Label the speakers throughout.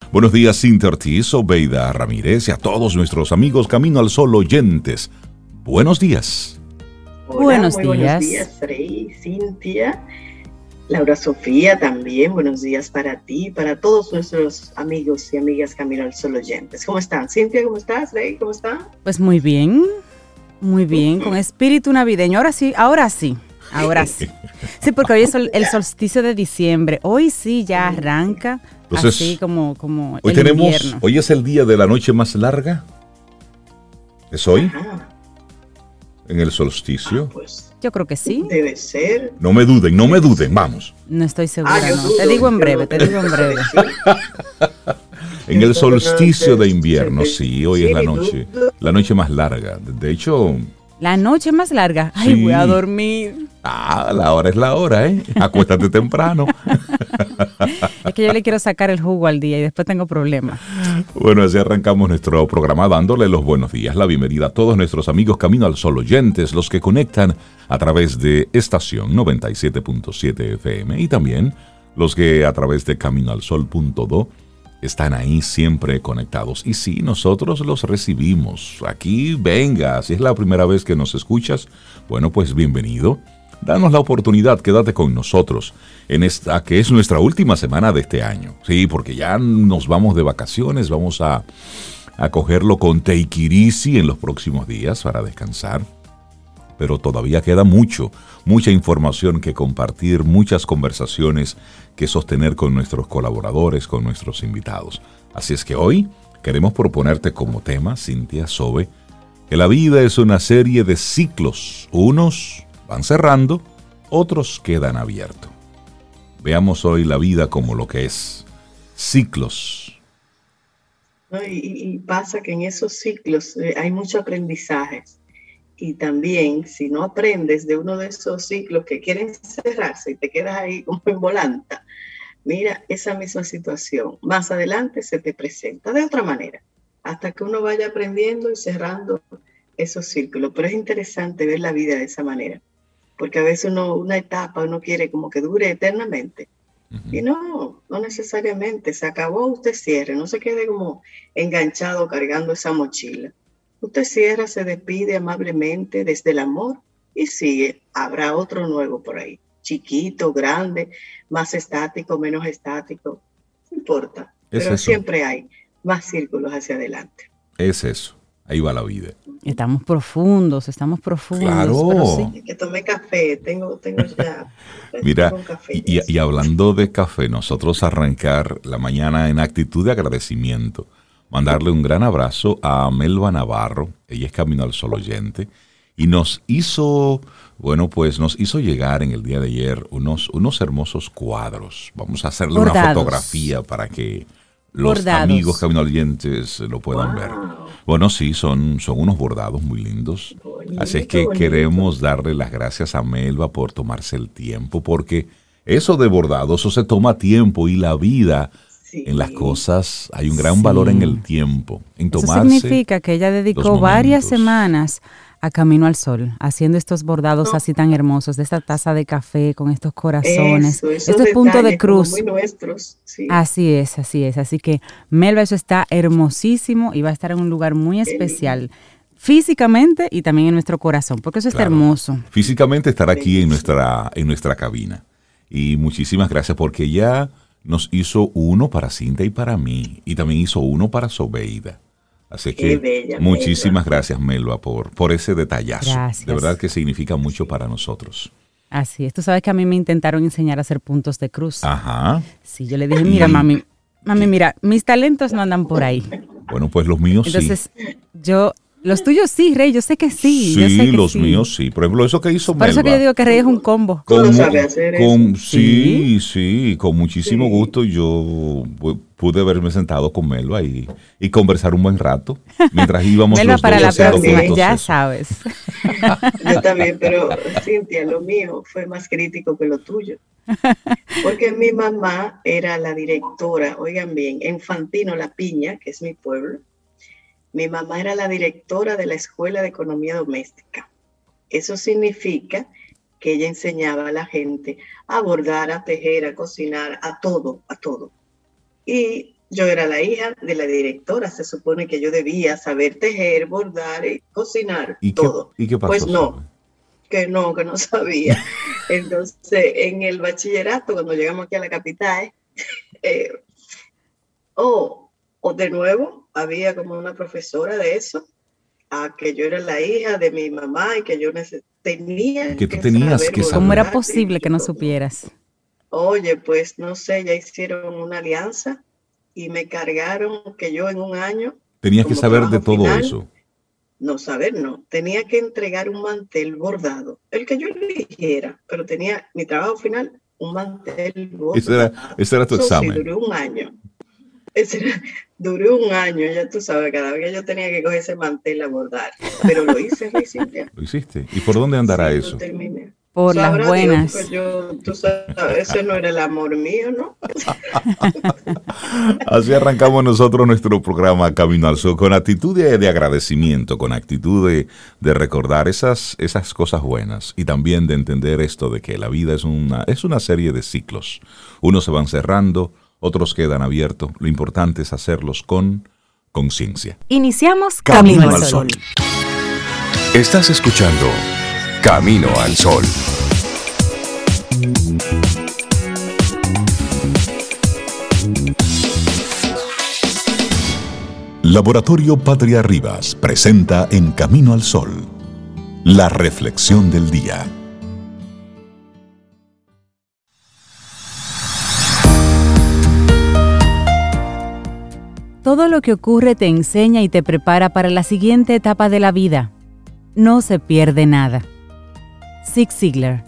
Speaker 1: Buenos días, Cintia Ortiz, Obeida Ramírez y a todos nuestros amigos Camino al Sol oyentes. Buenos días.
Speaker 2: Hola, buenos días, Frei, Cintia, Laura Sofía también. Buenos días para ti y para todos nuestros amigos y amigas Camino al Sol oyentes. ¿Cómo están? Cintia, ¿cómo estás? Frei, ¿cómo están?
Speaker 3: Pues muy bien, con espíritu navideño. Ahora sí. Sí, porque hoy es el solsticio de diciembre. Hoy sí ya arranca. Entonces, así como
Speaker 1: hoy
Speaker 3: el invierno.
Speaker 1: Hoy es el día de la noche más larga. ¿Es hoy?
Speaker 2: Ajá.
Speaker 1: En el solsticio.
Speaker 2: Pues
Speaker 3: yo creo que sí.
Speaker 2: Debe ser.
Speaker 1: No me duden, vamos.
Speaker 3: No estoy segura, no. Te digo en breve.
Speaker 1: En el solsticio de invierno, sí, hoy es la noche más larga. De hecho...
Speaker 3: La noche más larga. Ay, sí. Voy a dormir.
Speaker 1: La hora es la hora, ¿eh? Acuéstate temprano.
Speaker 3: Es que yo le quiero sacar el jugo al día y después tengo problemas.
Speaker 1: Bueno, así arrancamos nuestro programa dándole los buenos días, la bienvenida a todos nuestros amigos Camino al Sol oyentes, los que conectan a través de estación 97.7 FM y también los que a través de caminoalsol.do están ahí siempre conectados. Y sí, nosotros los recibimos. Aquí, venga, si es la primera vez que nos escuchas, bueno, pues bienvenido. Danos la oportunidad, quédate con nosotros en esta que es nuestra última semana de este año. Sí, porque ya nos vamos de vacaciones, vamos a cogerlo con take it easy en los próximos días para descansar. Pero todavía queda mucha información que compartir, muchas conversaciones que sostener con nuestros colaboradores, con nuestros invitados. Así es que hoy queremos proponerte como tema, Cintia Sobe, que la vida es una serie de ciclos. Unos van cerrando, otros quedan abiertos. Veamos hoy la vida como lo que es, ciclos.
Speaker 2: Y pasa que en esos ciclos hay mucho aprendizaje. Y también, si no aprendes de uno de esos ciclos que quieren cerrarse y te quedas ahí como en volanta, mira, esa misma situación más adelante se te presenta de otra manera, hasta que uno vaya aprendiendo y cerrando esos círculos. Pero es interesante ver la vida de esa manera, porque a veces una etapa uno quiere como que dure eternamente. Uh-huh. Y no necesariamente. Se acabó, usted cierre, no se quede como enganchado cargando esa mochila. Usted cierra, se despide amablemente desde el amor y sigue. Habrá otro nuevo por ahí, chiquito, grande, más estático, menos estático, no importa. Pero siempre hay más círculos hacia adelante.
Speaker 1: Es eso, ahí va la vida.
Speaker 3: Estamos profundos.
Speaker 1: Claro.
Speaker 3: Pero sí.
Speaker 2: Que tomé café, tengo ya.
Speaker 1: Mira,
Speaker 2: tengo café,
Speaker 1: y hablando de café, nosotros arrancar la mañana en actitud de agradecimiento. Mandarle un gran abrazo a Melba Navarro, ella es Camino al Sol oyente, y nos hizo llegar en el día de ayer unos hermosos cuadros. Vamos a hacerle bordados. Una fotografía para que los bordados. Amigos Camino oyentes lo puedan ver. Bueno, sí, son unos bordados muy lindos. Bonito, así es que queremos darle las gracias a Melba por tomarse el tiempo, porque eso de bordados, eso se toma tiempo y la vida... Sí. En las cosas hay un gran valor en el tiempo, en tomarse.
Speaker 3: Eso significa que ella dedicó varias semanas a Camino al Sol, haciendo estos bordados así tan hermosos, de esta taza de café con estos corazones, estos puntos de cruz.
Speaker 2: Muy nuestros, sí.
Speaker 3: Así es. Así que Melba, eso está hermosísimo y va a estar en un lugar muy especial. Físicamente y también en nuestro corazón, porque eso está hermoso.
Speaker 1: Físicamente estar aquí en nuestra cabina. Y muchísimas gracias porque ya... Nos hizo uno para Cintia y para mí, y también hizo uno para Sobeida. Así que muchísimas gracias, Melba, por ese detallazo.
Speaker 3: Gracias.
Speaker 1: De verdad que significa mucho para nosotros.
Speaker 3: Así es. Tú sabes que a mí me intentaron enseñar a hacer puntos de cruz.
Speaker 1: Ajá.
Speaker 3: Sí, yo le dije, mira, mami, mira, mis talentos no andan por ahí.
Speaker 1: Bueno, pues los míos
Speaker 3: Entonces, los tuyos sí, Rey, yo sé que sí.
Speaker 1: Sí, yo sé que los míos sí. Por ejemplo, eso que hizo Melba.
Speaker 3: Por eso que yo digo que Rey es un combo.
Speaker 1: Sí, con muchísimo gusto. Yo pude haberme sentado con Melba y conversar un buen rato mientras íbamos
Speaker 3: Melba,
Speaker 1: los
Speaker 3: para
Speaker 1: dos
Speaker 3: la
Speaker 1: haciendo
Speaker 3: próxima, ya
Speaker 1: eso.
Speaker 3: sabes.
Speaker 2: Yo también, pero Cintia, lo mío fue más crítico que lo tuyo. Porque mi mamá era la directora, oigan bien, en Fantino La Piña, que es mi pueblo. Mi mamá era la directora de la Escuela de Economía Doméstica. Eso significa que ella enseñaba a la gente a bordar, a tejer, a cocinar, a todo. Y Yo era la hija de la directora, se supone que yo debía saber tejer, bordar y cocinar, todo.
Speaker 1: ¿Y qué pasó?
Speaker 2: Pues no, que no sabía. Entonces, en el bachillerato, cuando llegamos aquí a la capital, de nuevo, había como una profesora de eso, que yo era la hija de mi mamá y que yo tenía
Speaker 1: que tú tenías que saber.
Speaker 3: ¿Cómo era posible que no supieras?
Speaker 2: Oye, pues no sé, ya hicieron una alianza y me cargaron que yo en un año...
Speaker 1: Tenías que saber de todo eso.
Speaker 2: No saber, no. Tenía que entregar un mantel bordado, el que yo eligiera, pero tenía mi trabajo final, un mantel bordado.
Speaker 1: Ese era tu examen.
Speaker 2: Sí, duró un año. Duró un año, ya tú sabes, cada vez que yo tenía que coger ese mantel a bordar. Pero lo hice,
Speaker 1: Lo hiciste. ¿Y por dónde andará eso?
Speaker 2: Lo terminé.
Speaker 3: Por las buenas.
Speaker 2: Dios, pues tú sabes, ese no era el amor mío, ¿no?
Speaker 1: Así arrancamos nosotros nuestro programa Camino al Sol, con actitud de agradecimiento, con actitud de recordar esas cosas buenas y también de entender esto de que la vida es una serie de ciclos. Unos se van cerrando, otros quedan abiertos. Lo importante es hacerlos con conciencia.
Speaker 4: Iniciamos Camino al Sol.
Speaker 5: Estás escuchando Camino al Sol. Laboratorio Patria Rivas presenta en Camino al Sol la reflexión del día.
Speaker 3: Todo lo que ocurre te enseña y te prepara para la siguiente etapa de la vida. No se pierde nada. Zig Ziglar.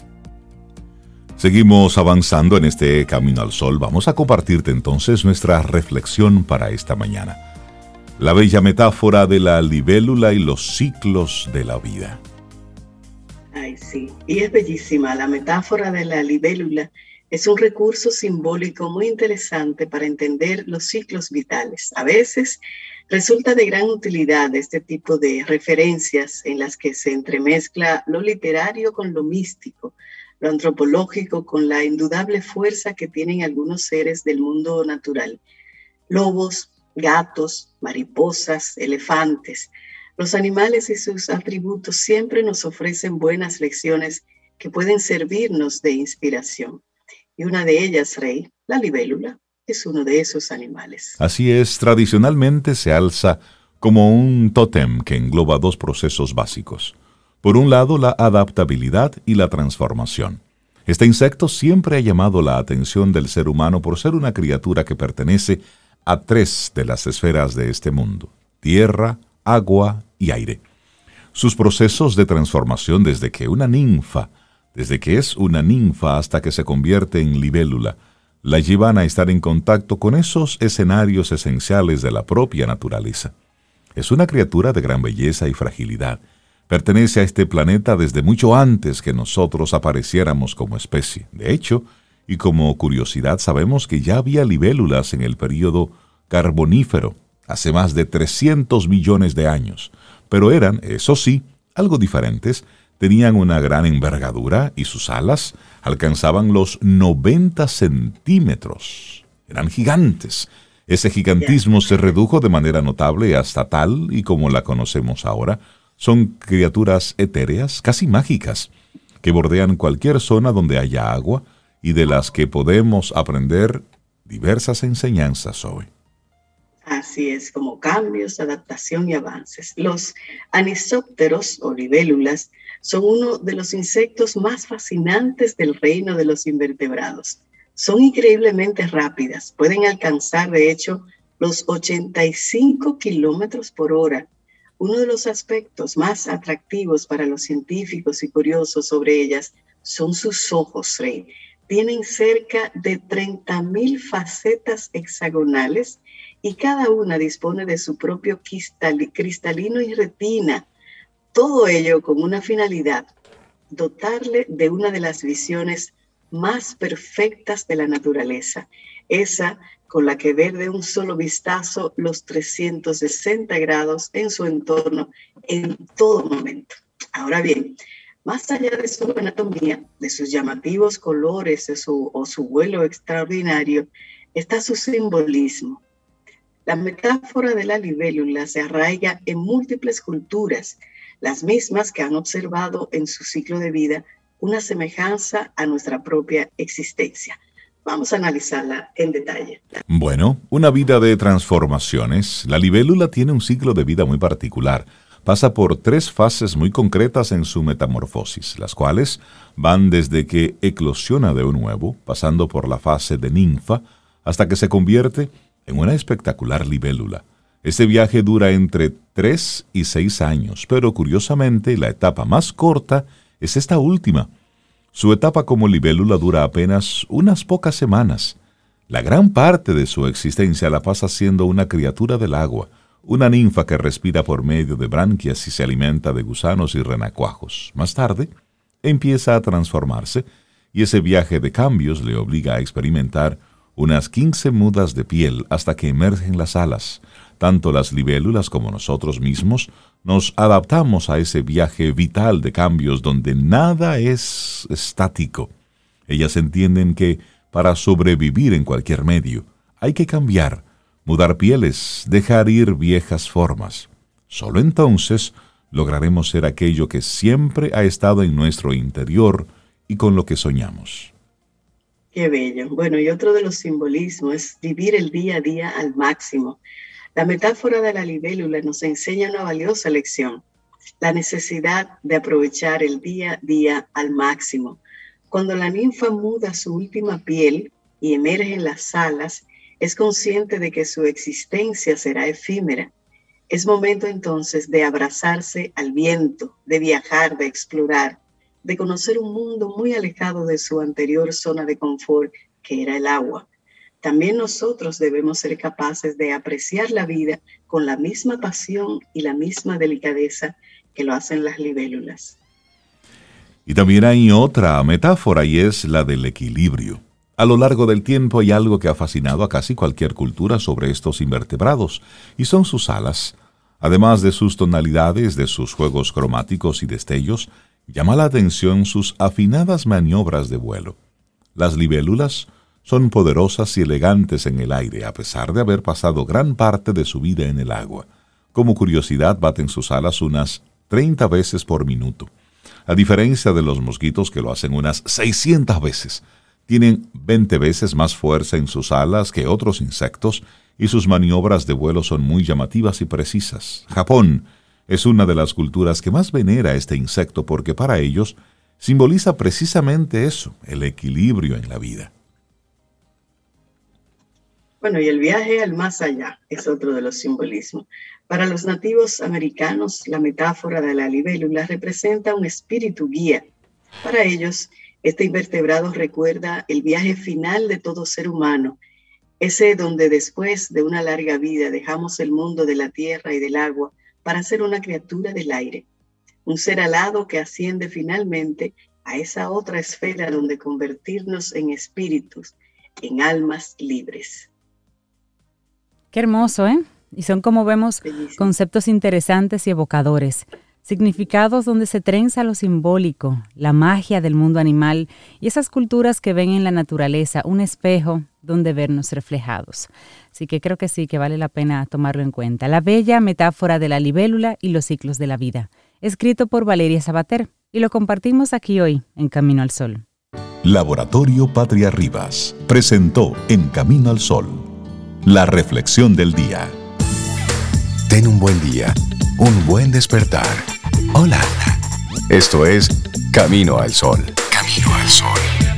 Speaker 1: Seguimos avanzando en este Camino al Sol. Vamos a compartirte entonces nuestra reflexión para esta mañana. La bella metáfora de la libélula y los ciclos de la vida.
Speaker 2: Ay, sí. Y es bellísima. La metáfora de la libélula es un recurso simbólico muy interesante para entender los ciclos vitales. A veces resulta de gran utilidad este tipo de referencias en las que se entremezcla lo literario con lo místico, lo antropológico con la indudable fuerza que tienen algunos seres del mundo natural. Lobos, gatos, mariposas, elefantes. Los animales y sus atributos siempre nos ofrecen buenas lecciones que pueden servirnos de inspiración. Y una de ellas, Rey, la libélula, es uno de esos animales.
Speaker 1: Así es, tradicionalmente se alza como un tótem que engloba dos procesos básicos. Por un lado, la adaptabilidad y la transformación. Este insecto siempre ha llamado la atención del ser humano por ser una criatura que pertenece a tres de las esferas de este mundo: tierra, agua y aire. Sus procesos de transformación desde que es una ninfa hasta que se convierte en libélula, la llevan a estar en contacto con esos escenarios esenciales de la propia naturaleza. Es una criatura de gran belleza y fragilidad. Pertenece a este planeta desde mucho antes que nosotros apareciéramos como especie. De hecho, y como curiosidad, sabemos que ya había libélulas en el período carbonífero, hace más de 300 millones de años. Pero eran, eso sí, algo diferentes. Tenían una gran envergadura y sus alas alcanzaban los 90 centímetros. Eran gigantes. Ese gigantismo se redujo de manera notable hasta tal y como la conocemos ahora. Son criaturas etéreas, casi mágicas, que bordean cualquier zona donde haya agua y de las que podemos aprender diversas enseñanzas hoy.
Speaker 2: Así es, como cambios, adaptación y avances. Los anisópteros o libélulas son uno de los insectos más fascinantes del reino de los invertebrados. Son increíblemente rápidas, pueden alcanzar de hecho los 85 kilómetros por hora. Uno de los aspectos más atractivos para los científicos y curiosos sobre ellas son sus ojos, Rey. Tienen cerca de 30,000 facetas hexagonales y cada una dispone de su propio cristalino y retina. Todo ello con una finalidad: dotarle de una de las visiones más perfectas de la naturaleza, esa con la que ver de un solo vistazo los 360 grados en su entorno en todo momento. Ahora bien, más allá de su anatomía, de sus llamativos colores o su vuelo extraordinario, está su simbolismo. La metáfora de la libélula se arraiga en múltiples culturas, las mismas que han observado en su ciclo de vida una semejanza a nuestra propia existencia. Vamos a analizarla en detalle.
Speaker 1: Bueno, una vida de transformaciones. La libélula tiene un ciclo de vida muy particular. Pasa por 3 fases muy concretas en su metamorfosis, las cuales van desde que eclosiona de un huevo, pasando por la fase de ninfa, hasta que se convierte en una espectacular libélula. Este viaje dura entre 3 y 6 años, pero curiosamente la etapa más corta es esta última. Su etapa como libélula dura apenas unas pocas semanas. La gran parte de su existencia la pasa siendo una criatura del agua, una ninfa que respira por medio de branquias y se alimenta de gusanos y renacuajos. Más tarde, empieza a transformarse y ese viaje de cambios le obliga a experimentar unas 15 mudas de piel hasta que emergen las alas. Tanto las libélulas como nosotros mismos nos adaptamos a ese viaje vital de cambios donde nada es estático. Ellas entienden que para sobrevivir en cualquier medio hay que cambiar, mudar pieles, dejar ir viejas formas. Solo entonces lograremos ser aquello que siempre ha estado en nuestro interior y con lo que soñamos.
Speaker 2: Qué bello. Bueno, y otro de los simbolismos es vivir el día a día al máximo. La metáfora de la libélula nos enseña una valiosa lección, la necesidad de aprovechar el día a día al máximo. Cuando la ninfa muda su última piel y emerge en las alas, es consciente de que su existencia será efímera. Es momento entonces de abrazarse al viento, de viajar, de explorar, de conocer un mundo muy alejado de su anterior zona de confort, que era el agua. También nosotros debemos ser capaces de apreciar la vida con la misma pasión y la misma delicadeza que lo hacen las libélulas.
Speaker 1: Y también hay otra metáfora y es la del equilibrio. A lo largo del tiempo hay algo que ha fascinado a casi cualquier cultura sobre estos invertebrados, y son sus alas. Además de sus tonalidades, de sus juegos cromáticos y destellos, llama la atención sus afinadas maniobras de vuelo. Las libélulas son poderosas y elegantes en el aire, a pesar de haber pasado gran parte de su vida en el agua. Como curiosidad, baten sus alas unas 30 veces por minuto. A diferencia de los mosquitos que lo hacen unas 600 veces. Tienen 20 veces más fuerza en sus alas que otros insectos y sus maniobras de vuelo son muy llamativas y precisas. Japón es una de las culturas que más venera este insecto porque para ellos simboliza precisamente eso, el equilibrio en la vida.
Speaker 2: Bueno, y el viaje al más allá es otro de los simbolismos. Para los nativos americanos, la metáfora de la libélula representa un espíritu guía. Para ellos, este invertebrado recuerda el viaje final de todo ser humano, ese donde después de una larga vida dejamos el mundo de la tierra y del agua para ser una criatura del aire, un ser alado que asciende finalmente a esa otra esfera donde convertirnos en espíritus, en almas libres.
Speaker 3: Qué hermoso, ¿eh? Y son, como vemos, bellísimo. Conceptos interesantes y evocadores. Significados donde se trenza lo simbólico, la magia del mundo animal y esas culturas que ven en la naturaleza un espejo donde vernos reflejados. Así que creo que sí, que vale la pena tomarlo en cuenta. La bella metáfora de la libélula y los ciclos de la vida. Escrito por Valeria Sabater y lo compartimos aquí hoy en Camino al Sol.
Speaker 5: Laboratorio Patria Rivas presentó En Camino al Sol la reflexión del día.
Speaker 6: Ten un buen día, un buen despertar. Hola. Esto es Camino al Sol. Camino al Sol.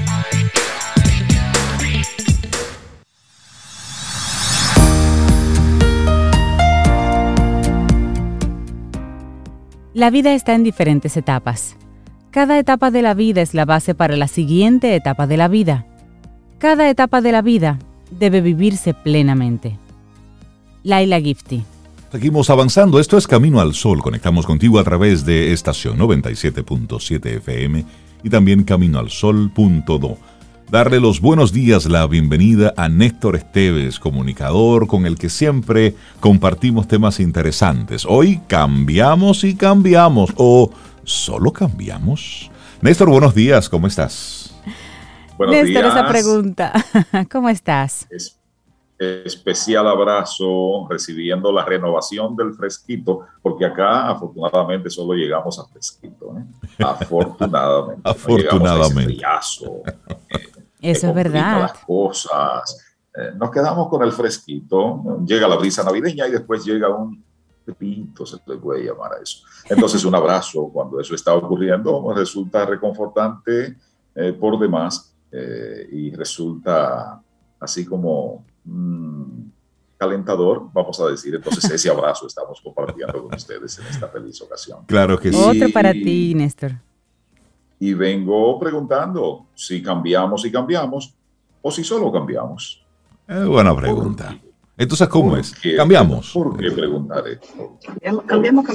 Speaker 3: La vida está en diferentes etapas. Cada etapa de la vida es la base para la siguiente etapa de la vida. Cada etapa de la vida debe vivirse plenamente. Laila Gifty.
Speaker 1: Seguimos avanzando. Esto es Camino al Sol. Conectamos contigo a través de estación 97.7 FM y también caminoalsol.do. Darle los buenos días, la bienvenida a Néstor Esteves, comunicador con el que siempre compartimos temas interesantes. Hoy cambiamos y cambiamos, o solo cambiamos. Néstor, buenos días, ¿cómo estás?
Speaker 3: Buenos Néstor, días. Esa pregunta, ¿cómo estás?
Speaker 7: especial abrazo recibiendo la renovación del fresquito, porque acá afortunadamente solo llegamos a fresquito, ¿eh? Afortunadamente.
Speaker 1: Afortunadamente.
Speaker 3: Eso es verdad.
Speaker 7: Las cosas. Nos quedamos con el fresquito, llega la brisa navideña y después llega un pepito, se le puede llamar a eso. Entonces un abrazo cuando eso está ocurriendo resulta reconfortante por demás y resulta así como calentador, vamos a decir. Entonces ese abrazo estamos compartiendo con ustedes en esta feliz ocasión.
Speaker 1: Claro que sí.
Speaker 3: Otro para ti, Néstor.
Speaker 7: Y vengo preguntando si cambiamos y cambiamos o si solo cambiamos.
Speaker 1: Buena pregunta. Entonces, ¿cómo es? ¿Cambiamos?
Speaker 7: ¿Por qué preguntar esto?
Speaker 2: Cambiamos.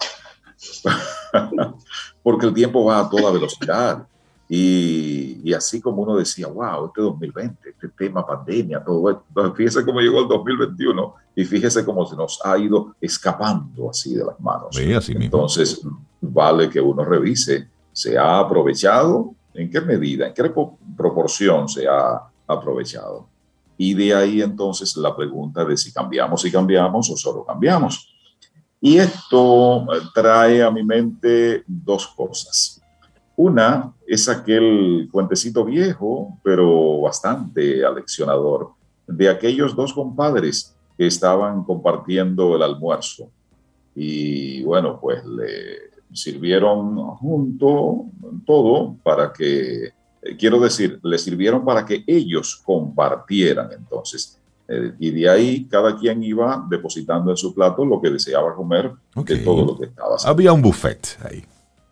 Speaker 7: Porque el tiempo va a toda velocidad. Y así como uno decía, wow, este 2020, este tema pandemia, todo esto. Fíjese cómo llegó el 2021 y fíjese cómo se nos ha ido escapando así de las manos.
Speaker 1: Sí, así mismo.
Speaker 7: Entonces, vale que uno revise, ¿se ha aprovechado? ¿En qué medida? ¿En qué proporción se ha aprovechado? Y de ahí entonces la pregunta de si cambiamos y cambiamos o solo cambiamos. Y esto trae a mi mente dos cosas. Una es aquel cuentecito viejo, pero bastante aleccionador, de aquellos dos compadres que estaban compartiendo el almuerzo. Y bueno, pues le sirvieron junto todo para que, quiero decir, le sirvieron para que ellos compartieran entonces. Y de ahí cada quien iba depositando en su plato lo que deseaba comer de todo lo que estaba haciendo.
Speaker 1: Había un buffet ahí.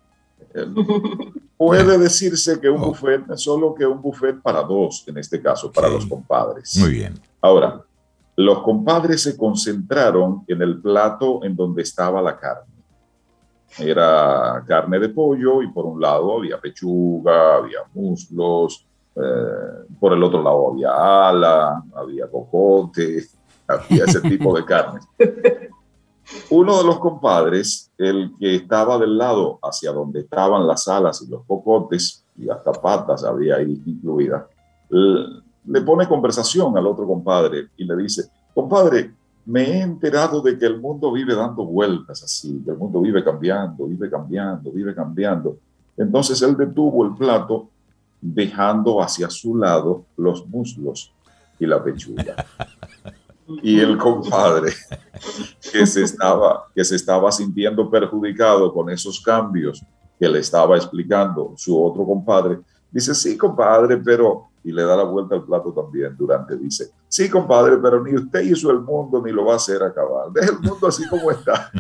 Speaker 7: Puede decirse que un buffet, solo que un buffet para dos, en este caso, para los compadres.
Speaker 1: Muy bien.
Speaker 7: Ahora, los compadres se concentraron en el plato en donde estaba la carne. Era carne de pollo y por un lado había pechuga, había muslos, por el otro lado había ala, había cocote, había ese tipo de carne. Uno de los compadres, el que estaba del lado hacia donde estaban las alas y los cocotes, y hasta patas había ahí incluidas, le pone conversación al otro compadre y le dice, compadre, me he enterado de que el mundo vive dando vueltas así, que el mundo vive cambiando, vive cambiando, vive cambiando. Entonces él detuvo el plato dejando hacia su lado los muslos y la pechuga. Y el compadre que se estaba sintiendo perjudicado con esos cambios que le estaba explicando su otro compadre, dice, sí, compadre, pero... Y le da la vuelta al plato también dice, sí, compadre, pero ni usted hizo el mundo ni lo va a hacer acabar. Deje el mundo así como está.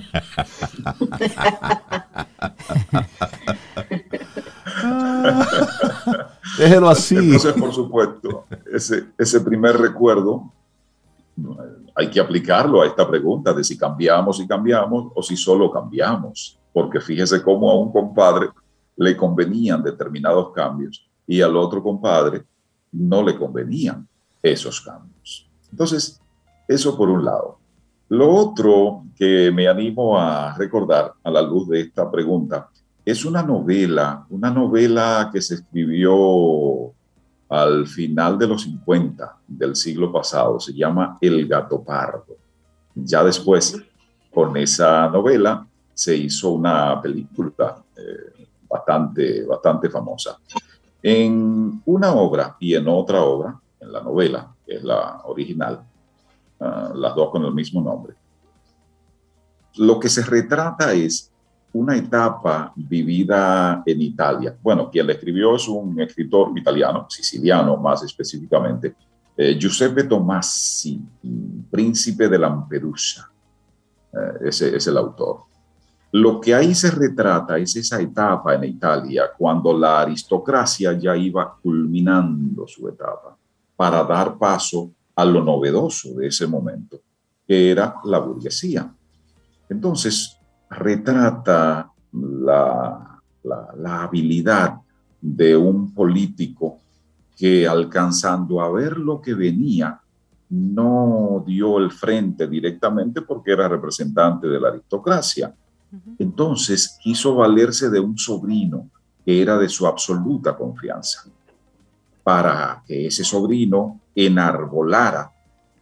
Speaker 1: Déjelo así.
Speaker 7: Entonces, por supuesto, ese primer recuerdo hay que aplicarlo a esta pregunta de si cambiamos y cambiamos o si solo cambiamos. Porque fíjese cómo a un compadre le convenían determinados cambios y al otro compadre no le convenían esos cambios. Entonces, eso por un lado. Lo otro que me animo a recordar a la luz de esta pregunta es una novela que se escribió al final de los 50 del siglo pasado. Se llama El Gato Pardo. Ya después, con esa novela, se hizo una película bastante famosa. En una obra y en otra obra, en la novela, que es la original, las dos con el mismo nombre, lo que se retrata es una etapa vivida en Italia. Bueno, quien la escribió es un escritor italiano, siciliano más específicamente, Giuseppe Tomasi, príncipe de Lampedusa. Ese es el autor. Lo que ahí se retrata es esa etapa en Italia, cuando la aristocracia ya iba culminando su etapa, para dar paso a lo novedoso de ese momento, que era la burguesía. Entonces, retrata la habilidad de un político que, alcanzando a ver lo que venía, no dio el frente directamente porque era representante de la aristocracia. Entonces quiso valerse de un sobrino que era de su absoluta confianza para que ese sobrino enarbolara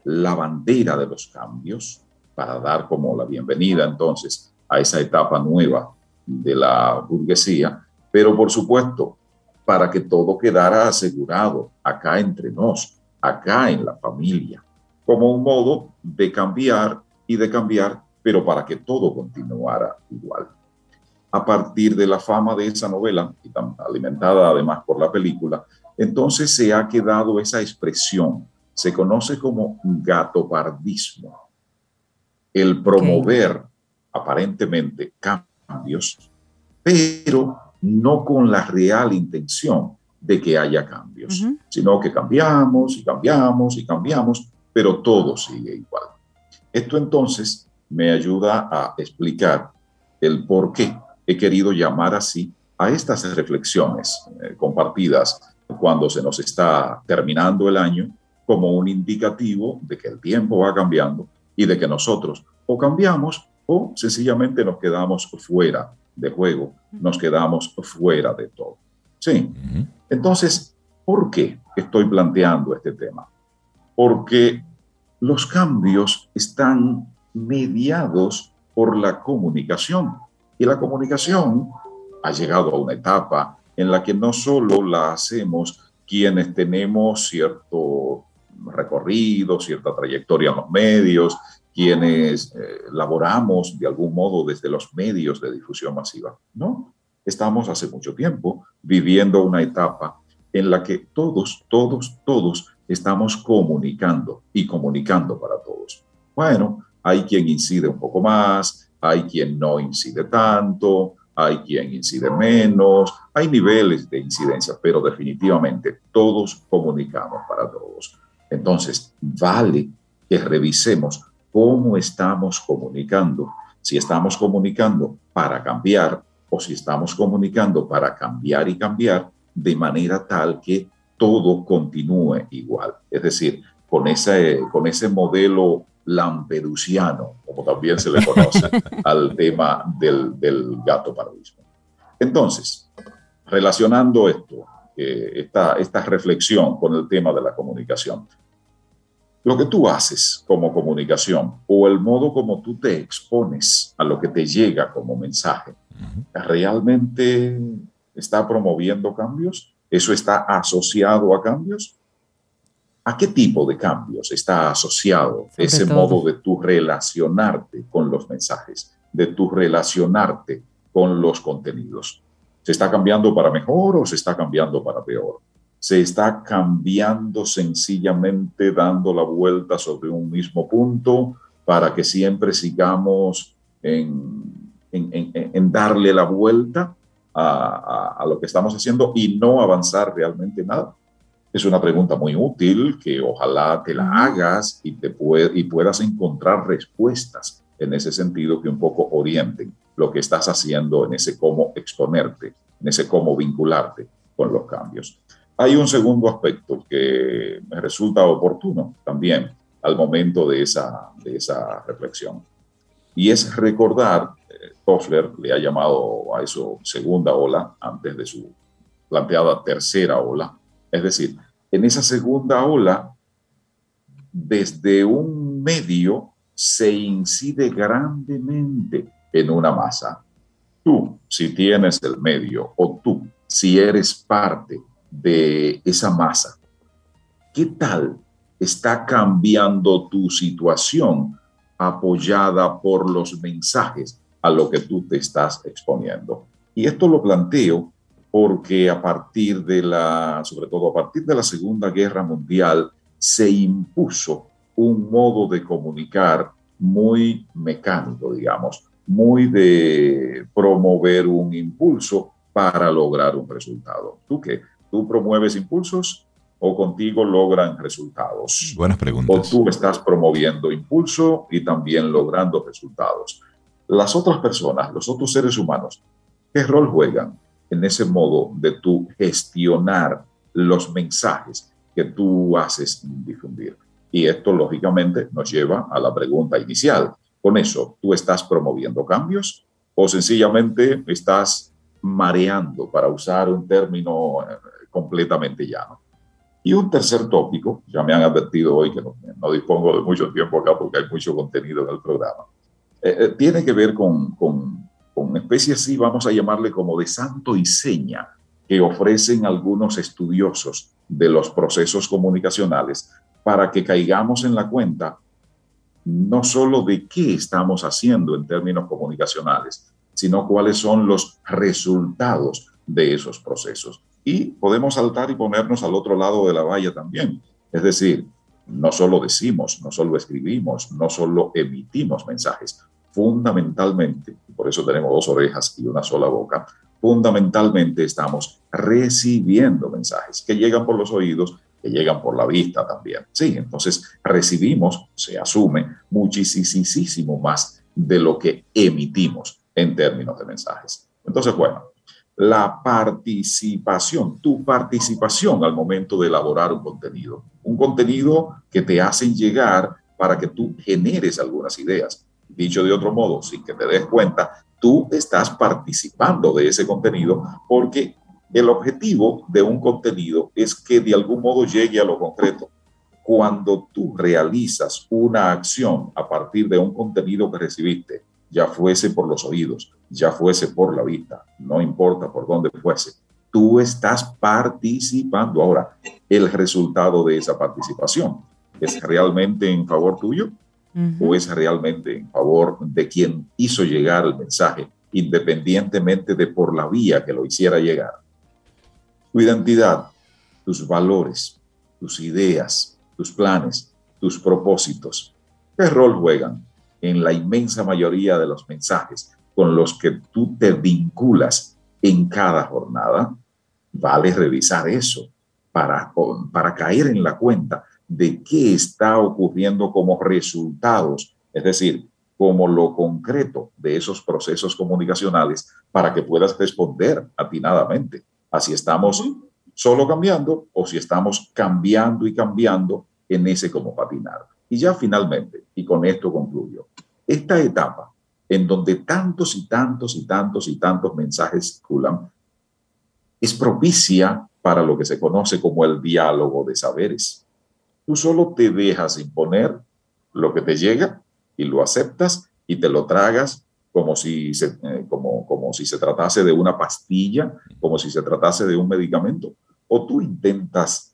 Speaker 7: la bandera de los cambios, para dar como la bienvenida entonces a esa etapa nueva de la burguesía, pero por supuesto, para que todo quedara asegurado acá entre nos, acá en la familia, como un modo de cambiar y de cambiar, pero para que todo continuara igual. A partir de la fama de esa novela, y tan alimentada además por la película, entonces se ha quedado esa expresión, se conoce como gatopardismo, el promover aparentemente cambios, pero no con la real intención de que haya cambios, sino que cambiamos y cambiamos y cambiamos, pero todo sigue igual. Esto entonces me ayuda a explicar el por qué he querido llamar así a estas reflexiones compartidas cuando se nos está terminando el año, como un indicativo de que el tiempo va cambiando y de que nosotros o cambiamos o sencillamente nos quedamos fuera de juego, nos quedamos fuera de todo. Sí. Entonces, ¿por qué estoy planteando este tema? Porque los cambios están mediados por la comunicación. Y la comunicación ha llegado a una etapa en la que no solo la hacemos quienes tenemos cierto recorrido, cierta trayectoria en los medios, quienes laboramos de algún modo desde los medios de difusión masiva. No, estamos hace mucho tiempo viviendo una etapa en la que todos estamos comunicando y comunicando para todos. Bueno, hay quien incide un poco más, hay quien no incide tanto, hay quien incide menos, hay niveles de incidencia, pero definitivamente todos comunicamos para todos. Entonces, vale que revisemos cómo estamos comunicando, si estamos comunicando para cambiar o si estamos comunicando para cambiar y cambiar de manera tal que todo continúe igual. Es decir, con ese modelo lampedusiano, como también se le conoce al tema del gatopardismo. Entonces, relacionando esta reflexión con el tema de la comunicación, lo que tú haces como comunicación o el modo como tú te expones a lo que te llega como mensaje, ¿realmente está promoviendo cambios? ¿Eso está asociado a cambios? ¿A qué tipo de cambios está asociado ese modo de tú relacionarte con los mensajes, de tú relacionarte con los contenidos? ¿Se está cambiando para mejor o se está cambiando para peor? ¿Se está cambiando sencillamente dando la vuelta sobre un mismo punto para que siempre sigamos en darle la vuelta a lo que estamos haciendo y no avanzar realmente nada? Es una pregunta muy útil que ojalá te la hagas y puedas encontrar respuestas en ese sentido que un poco orienten lo que estás haciendo en ese cómo exponerte, en ese cómo vincularte con los cambios. Hay un segundo aspecto que me resulta oportuno también al momento de esa reflexión, y es recordar, Toffler le ha llamado a eso segunda ola antes de su planteada tercera ola. Es decir, en esa segunda ola, desde un medio se incide grandemente en una masa. Tú, si tienes el medio, o tú, si eres parte de esa masa, ¿qué tal está cambiando tu situación apoyada por los mensajes a lo que tú te estás exponiendo? Y esto lo planteo porque sobre todo a partir de la Segunda Guerra Mundial, se impuso un modo de comunicar muy mecánico, digamos, muy de promover un impulso para lograr un resultado. ¿Tú qué? ¿Tú promueves impulsos o contigo logran resultados?
Speaker 1: Buenas preguntas.
Speaker 7: ¿O tú estás promoviendo impulso y también logrando resultados? Las otras personas, los otros seres humanos, ¿qué rol juegan en ese modo de tú gestionar los mensajes que tú haces difundir? Y esto, lógicamente, nos lleva a la pregunta inicial. Con eso, ¿tú estás promoviendo cambios o sencillamente estás mareando, para usar un término completamente llano? Y un tercer tópico, ya me han advertido hoy que no dispongo de mucho tiempo acá porque hay mucho contenido en el programa, tiene que ver con especies, sí, vamos a llamarle como de santo y seña, que ofrecen algunos estudiosos de los procesos comunicacionales para que caigamos en la cuenta no solo de qué estamos haciendo en términos comunicacionales, sino cuáles son los resultados de esos procesos. Y podemos saltar y ponernos al otro lado de la valla también. Es decir, no solo decimos, no solo escribimos, no solo emitimos mensajes. Fundamentalmente, y por eso tenemos 2 orejas y una sola boca, fundamentalmente estamos recibiendo mensajes que llegan por los oídos, que llegan por la vista también. Sí, entonces recibimos, se asume, muchísimo más de lo que emitimos en términos de mensajes. Entonces, bueno, la participación, tu participación al momento de elaborar un contenido que te hacen llegar para que tú generes algunas ideas. Dicho de otro modo, sin que te des cuenta, tú estás participando de ese contenido porque el objetivo de un contenido es que de algún modo llegue a lo concreto. Cuando tú realizas una acción a partir de un contenido que recibiste, ya fuese por los oídos, ya fuese por la vista, no importa por dónde fuese, tú estás participando. Ahora, el resultado de esa participación, ¿es realmente en favor tuyo? ¿O es realmente en favor de quien hizo llegar el mensaje, independientemente de por la vía que lo hiciera llegar? Tu identidad, tus valores, tus ideas, tus planes, tus propósitos, ¿qué rol juegan en la inmensa mayoría de los mensajes con los que tú te vinculas en cada jornada? Vale revisar eso para caer en la cuenta de qué está ocurriendo como resultados, es decir, como lo concreto de esos procesos comunicacionales, para que puedas responder atinadamente a si estamos solo cambiando o si estamos cambiando y cambiando en ese cómo patinar. Y ya finalmente, y con esto concluyo, esta etapa en donde tantos mensajes circulan es propicia para lo que se conoce como el diálogo de saberes. Tú solo te dejas imponer lo que te llega y lo aceptas y te lo tragas como si se tratase de una pastilla, como si se tratase de un medicamento. O tú intentas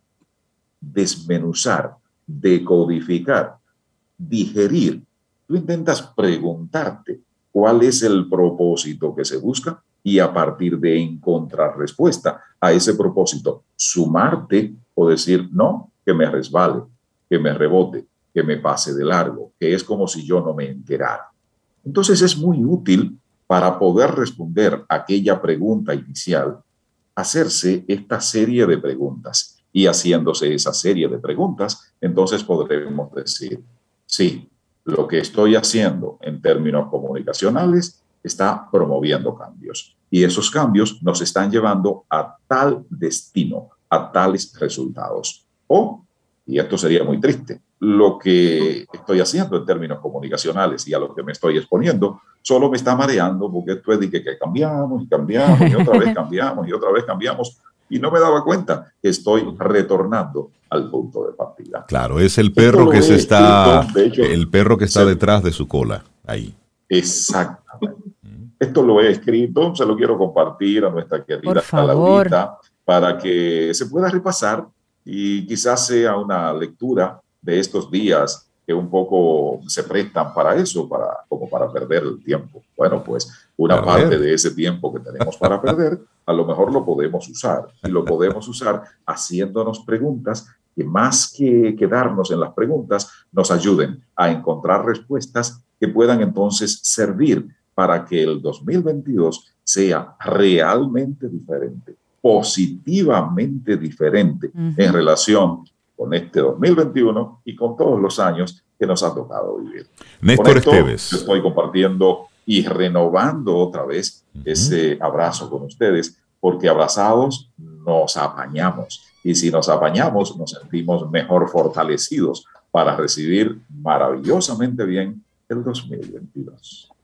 Speaker 7: desmenuzar, decodificar, digerir. Tú intentas preguntarte cuál es el propósito que se busca y a partir de encontrar respuesta a ese propósito, sumarte o decir no, que me resbale, que me rebote, que me pase de largo, que es como si yo no me enterara. Entonces es muy útil para poder responder aquella pregunta inicial, hacerse esta serie de preguntas. Y haciéndose esa serie de preguntas, entonces podremos decir, sí, lo que estoy haciendo en términos comunicacionales está promoviendo cambios. Y esos cambios nos están llevando a tal destino, a tales resultados. O, y esto sería muy triste, lo que estoy haciendo en términos comunicacionales y a lo que me estoy exponiendo solo me está mareando, porque esto es de que cambiamos y cambiamos y otra vez cambiamos y otra vez cambiamos y no me daba cuenta que estoy retornando al punto de partida.
Speaker 1: Claro, es el perro que se está, el perro que está detrás de su cola, ahí.
Speaker 7: Exactamente. Esto lo he escrito, se lo quiero compartir a nuestra querida Laurita para que se pueda repasar y quizás sea una lectura de estos días que un poco se prestan para eso, como para perder el tiempo. Bueno, pues una parte de ese tiempo que tenemos para perder, a lo mejor lo podemos usar. Y lo podemos usar haciéndonos preguntas que más que quedarnos en las preguntas, nos ayuden a encontrar respuestas que puedan entonces servir para que el 2022 sea realmente diferente, positivamente diferente en relación con este 2021 y con todos los años que nos ha tocado vivir.
Speaker 1: Néstor Esteves.
Speaker 7: Yo estoy compartiendo y renovando otra vez ese abrazo con ustedes, porque abrazados nos apañamos. Y si nos apañamos, nos sentimos mejor fortalecidos para recibir maravillosamente bien el 2022.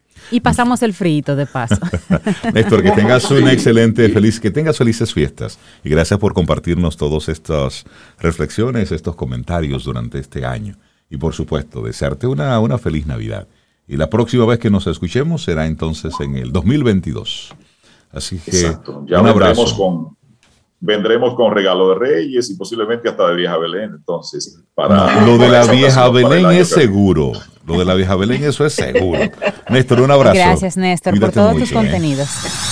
Speaker 3: Y pasamos el frito de paso.
Speaker 1: Néstor, que tengas que tengas felices fiestas. Y gracias por compartirnos todas estas reflexiones, estos comentarios durante este año. Y por supuesto, desearte una feliz Navidad. Y la próxima vez que nos escuchemos será entonces en el 2022. Así que
Speaker 7: exacto. Ya
Speaker 1: un abrazo.
Speaker 7: Vendremos con regalo de Reyes y posiblemente hasta de Vieja Belén. Entonces, para
Speaker 1: lo de la Vieja Belén es seguro. Lo de la Vieja Belén, eso es seguro. Néstor, un abrazo.
Speaker 3: Gracias, Néstor, cuídate por todos tus contenidos.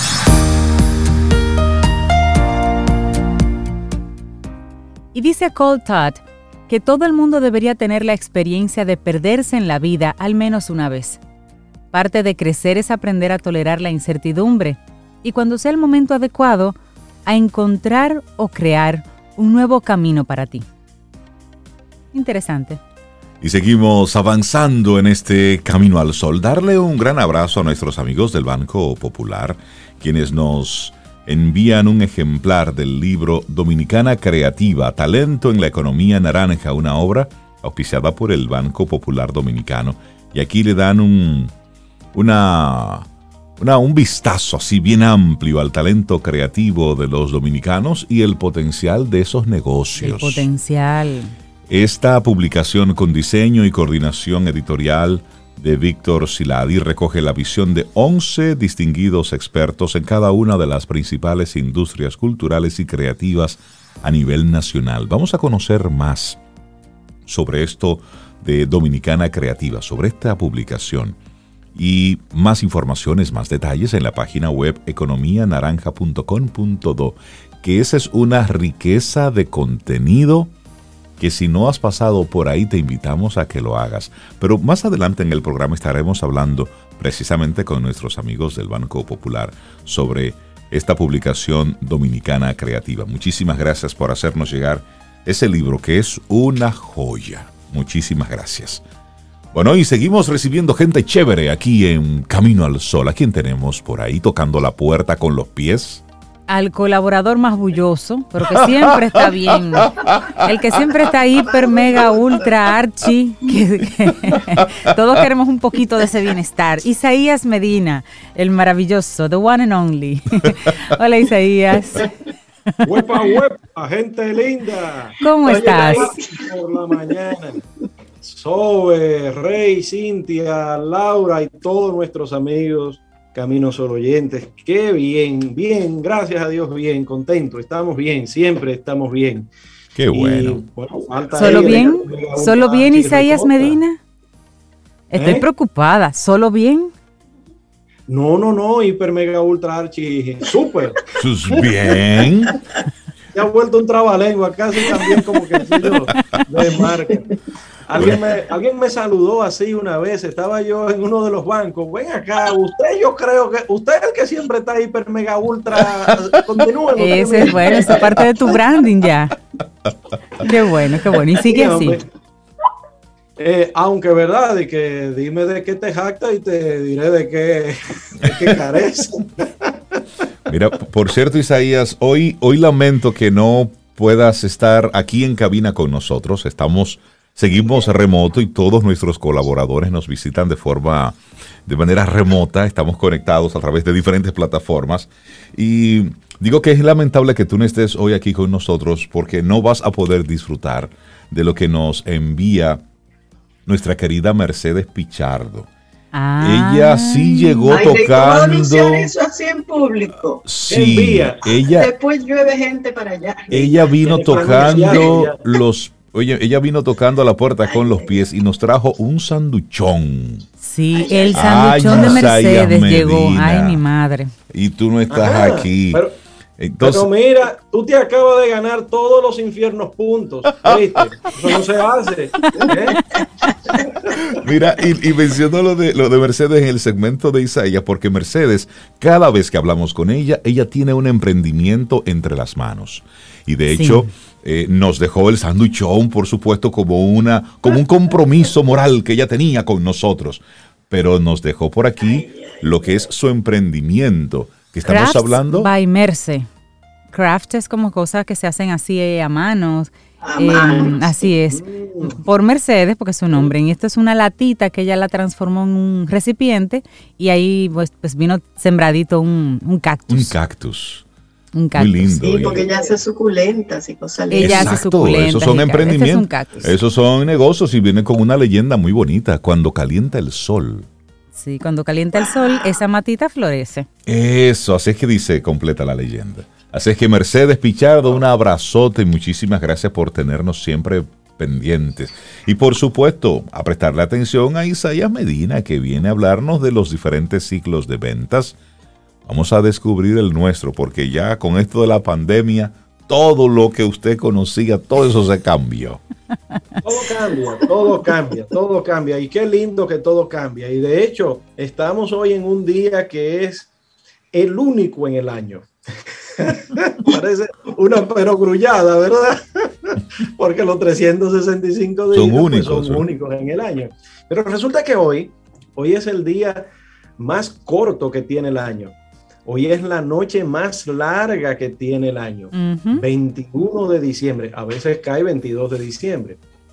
Speaker 3: Y dice Cole Todd que todo el mundo debería tener la experiencia de perderse en la vida al menos una vez. Parte de crecer es aprender a tolerar la incertidumbre y cuando sea el momento adecuado, a encontrar o crear un nuevo camino para ti. Interesante.
Speaker 1: Y seguimos avanzando en este Camino al Sol. Darle un gran abrazo a nuestros amigos del Banco Popular, quienes nos envían un ejemplar del libro Dominicana Creativa, Talento en la Economía Naranja, una obra auspiciada por el Banco Popular Dominicano. Y aquí le dan un vistazo así bien amplio al talento creativo de los dominicanos y el potencial de esos negocios.
Speaker 3: El potencial.
Speaker 1: Esta publicación con diseño y coordinación editorial de Víctor Siladi recoge la visión de 11 distinguidos expertos en cada una de las principales industrias culturales y creativas a nivel nacional. Vamos a conocer más sobre esto de Dominicana Creativa, sobre esta publicación. Y más informaciones, más detalles en la página web economianaranja.com.do, que esa es una riqueza de contenido que si no has pasado por ahí te invitamos a que lo hagas. Pero más adelante en el programa estaremos hablando precisamente con nuestros amigos del Banco Popular sobre esta publicación Dominicana Creativa. Muchísimas gracias por hacernos llegar ese libro que es una joya. Muchísimas gracias. Bueno, y seguimos recibiendo gente chévere aquí en Camino al Sol. ¿A quién tenemos por ahí tocando la puerta con los pies?
Speaker 3: Al colaborador más bulloso, pero que siempre está bien. El que siempre está hiper, mega, ultra, archi. Que todos queremos un poquito de ese bienestar. Isaías Medina, el maravilloso, the one and only. Hola, Isaías.
Speaker 8: ¡Huepa, huepa, gente linda!
Speaker 3: ¿Cómo estás?
Speaker 8: Por la mañana. Zoe, Rey, Cintia, Laura y todos nuestros amigos Camino Sol oyentes. ¡Qué bien! Bien, gracias a Dios, bien, contento. Estamos bien, siempre estamos bien.
Speaker 1: ¡Qué bueno!
Speaker 8: Y, bueno, falta
Speaker 3: ¿Solo bien? ¿Solo bien, Isaías Medina? Estoy preocupada. ¿Solo bien?
Speaker 8: No, hiper, mega, ultra, archi, súper.
Speaker 1: Bien.
Speaker 8: Se ha vuelto un trabalengua, casi también como que de marca. Alguien me saludó así una vez, estaba yo en uno de los bancos. Ven acá, yo creo que usted es el que siempre está hiper, mega, ultra, continúe.
Speaker 3: Ese es bueno, esa es parte de tu branding ya. Qué bueno, y sigue así.
Speaker 8: Aunque verdad, de que dime de qué te jacta y te diré de qué carece.
Speaker 1: Mira, por cierto, Isaías, hoy lamento que no puedas estar aquí en cabina con nosotros. Seguimos remoto y todos nuestros colaboradores nos visitan de manera remota. Estamos conectados a través de diferentes plataformas. Y digo que es lamentable que tú no estés hoy aquí con nosotros porque no vas a poder disfrutar de lo que nos envía nuestra querida Mercedes Pichardo. Ella sí llegó tocando.
Speaker 2: ¿Cómo anunciar eso así en público?
Speaker 1: Sí,
Speaker 2: después llueve gente para allá.
Speaker 1: Ella vino tocando ella vino tocando a la puerta con los pies y nos trajo un sanduchón.
Speaker 3: Sí, el sanduchón de Mercedes llegó. Ay, mi madre.
Speaker 1: Y tú no estás aquí.
Speaker 8: Pero mira, tú te acabas de ganar todos los infiernos puntos, ¿viste? Eso no se hace.
Speaker 1: Mira, y mencionó lo de Mercedes en el segmento de Isaías, porque Mercedes, cada vez que hablamos con ella tiene un emprendimiento entre las manos. Y de hecho, nos dejó el sanduichón, por supuesto, como un compromiso moral que ella tenía con nosotros. Pero nos dejó por aquí lo que es su emprendimiento. ¿Qué estamos hablando?
Speaker 3: By Merce. Craft es como cosas que se hacen así a manos. Así es, por Mercedes, porque es su nombre. Y esto es una latita que ella la transformó en un recipiente y ahí pues vino sembradito un cactus.
Speaker 1: Un cactus.
Speaker 3: Un cactus.
Speaker 1: Muy lindo.
Speaker 2: Sí, porque ella hace suculentas y cosas lindas.
Speaker 3: Ella hace suculentas.
Speaker 1: Esos son emprendimientos.
Speaker 3: Este es un
Speaker 1: esos son negocios y vienen con una leyenda muy bonita. Cuando calienta el sol.
Speaker 3: Sí, cuando calienta el sol, esa matita florece.
Speaker 1: Eso, así es que dice, completa la leyenda. Así es que Mercedes Pichardo, un abrazote y muchísimas gracias por tenernos siempre pendientes. Y por supuesto, a prestarle atención a Isaías Medina, que viene a hablarnos de los diferentes ciclos de ventas. Vamos a descubrir el nuestro, porque ya con esto de la pandemia, todo lo que usted conocía, todo eso se cambió.
Speaker 8: Todo cambia. Y qué lindo que todo cambia. Y de hecho, estamos hoy en un día que es el único en el año. Parece una perogrullada, ¿verdad? Porque los 365 días son únicos en el año. Pero resulta que hoy es el día más corto que tiene el año. Hoy es la noche más larga que tiene el año. 21 de diciembre. A veces cae 22 de diciembre.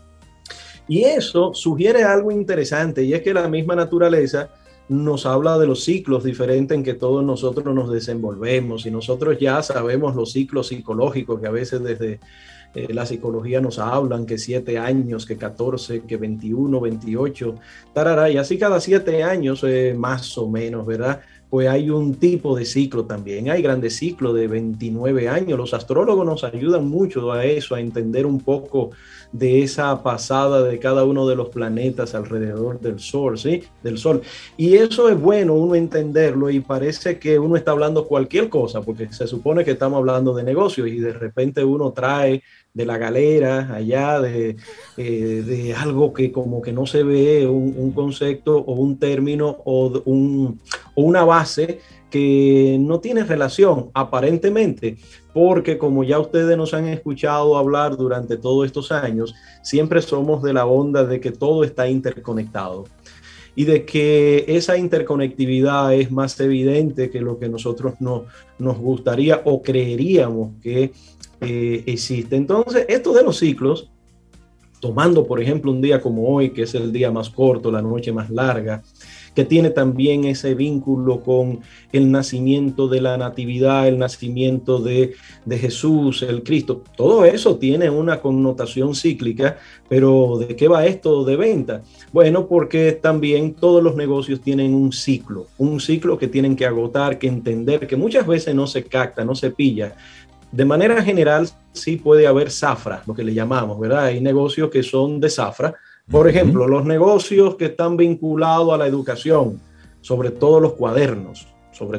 Speaker 8: Y eso sugiere algo interesante, y es que la misma naturaleza nos habla de los ciclos diferentes en que todos nosotros nos desenvolvemos, y nosotros ya sabemos los ciclos psicológicos que a veces desde la psicología nos hablan, que 7 años, que 14, que 21, 28, tarará, y así cada 7 años más o menos, ¿verdad? Pues hay un tipo de ciclo también, hay grandes ciclos de 29 años, los astrólogos nos ayudan mucho a eso, a entender un poco de esa pasada de cada uno de los planetas alrededor del Sol, ¿sí? Del Sol. Y eso es bueno uno entenderlo, y parece que uno está hablando cualquier cosa, porque se supone que estamos hablando de negocios y de repente uno trae de la galera allá de algo que como que no se ve, un concepto o un término o una base que no tiene relación aparentemente, porque como ya ustedes nos han escuchado hablar durante todos estos años, siempre somos de la onda de que todo está interconectado y de que esa interconectividad es más evidente que lo que nosotros nos gustaría o creeríamos que existe. Entonces, esto de los ciclos, tomando por ejemplo un día como hoy, que es el día más corto, la noche más larga, que tiene también ese vínculo con el nacimiento de la natividad, el nacimiento de Jesús, el Cristo. Todo eso tiene una connotación cíclica, pero ¿de qué va esto de venta? Bueno, porque también todos los negocios tienen un ciclo que tienen que agotar, que entender, que muchas veces no se capta, no se pilla. De manera general, sí puede haber zafra, lo que le llamamos, ¿verdad? Hay negocios que son de zafra. Por ejemplo, los negocios que están vinculados a la educación, sobre todo los cuadernos,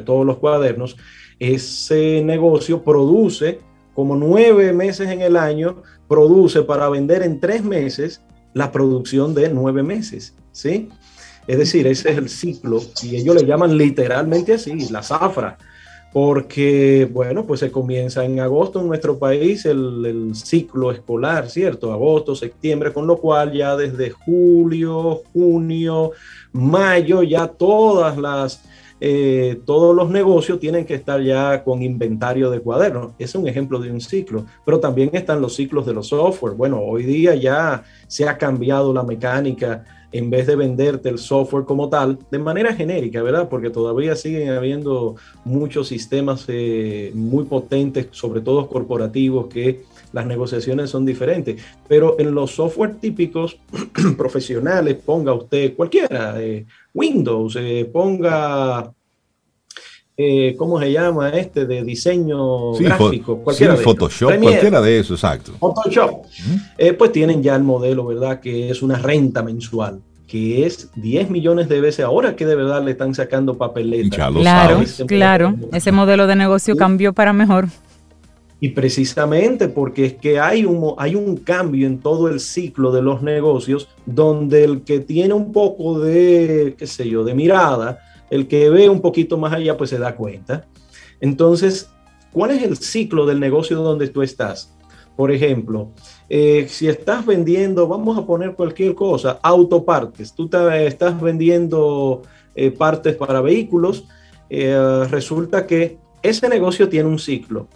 Speaker 8: ese negocio produce como 9 meses en el año, produce para vender en 3 meses la producción de 9 meses, ¿sí? Es decir, ese es el ciclo, y ellos le llaman literalmente así, la zafra. Porque, bueno, pues se comienza en agosto en nuestro país el ciclo escolar, ¿cierto? Agosto, septiembre, con lo cual ya desde julio, junio, mayo, ya todos los negocios tienen que estar ya con inventario de cuadernos. Es un ejemplo de un ciclo, pero también están los ciclos de los software. Bueno, hoy día ya se ha cambiado la mecánica. En vez de venderte el software como tal, de manera genérica, ¿verdad? Porque todavía siguen habiendo muchos sistemas muy potentes, sobre todo corporativos, que las negociaciones son diferentes. Pero en los software típicos profesionales, ponga usted cualquiera, Windows, ponga... ¿cómo se llama de diseño gráfico? Cualquiera de
Speaker 1: Photoshop,
Speaker 8: Premiere,
Speaker 1: cualquiera de eso, exacto.
Speaker 8: Photoshop. Pues tienen ya el modelo, ¿verdad? Que es una renta mensual, que es 10 millones de veces ahora que de verdad le están sacando papeletas.
Speaker 3: Claro, ese modelo de negocio cambió para mejor.
Speaker 8: Y precisamente porque es que hay un cambio en todo el ciclo de los negocios, donde el que tiene un poco de, qué sé yo, de mirada, el que ve un poquito más allá, pues se da cuenta. Entonces, ¿cuál es el ciclo del negocio donde tú estás? Por ejemplo, si estás vendiendo, vamos a poner cualquier cosa, autopartes, tú estás vendiendo partes para vehículos, resulta que ese negocio tiene un ciclo.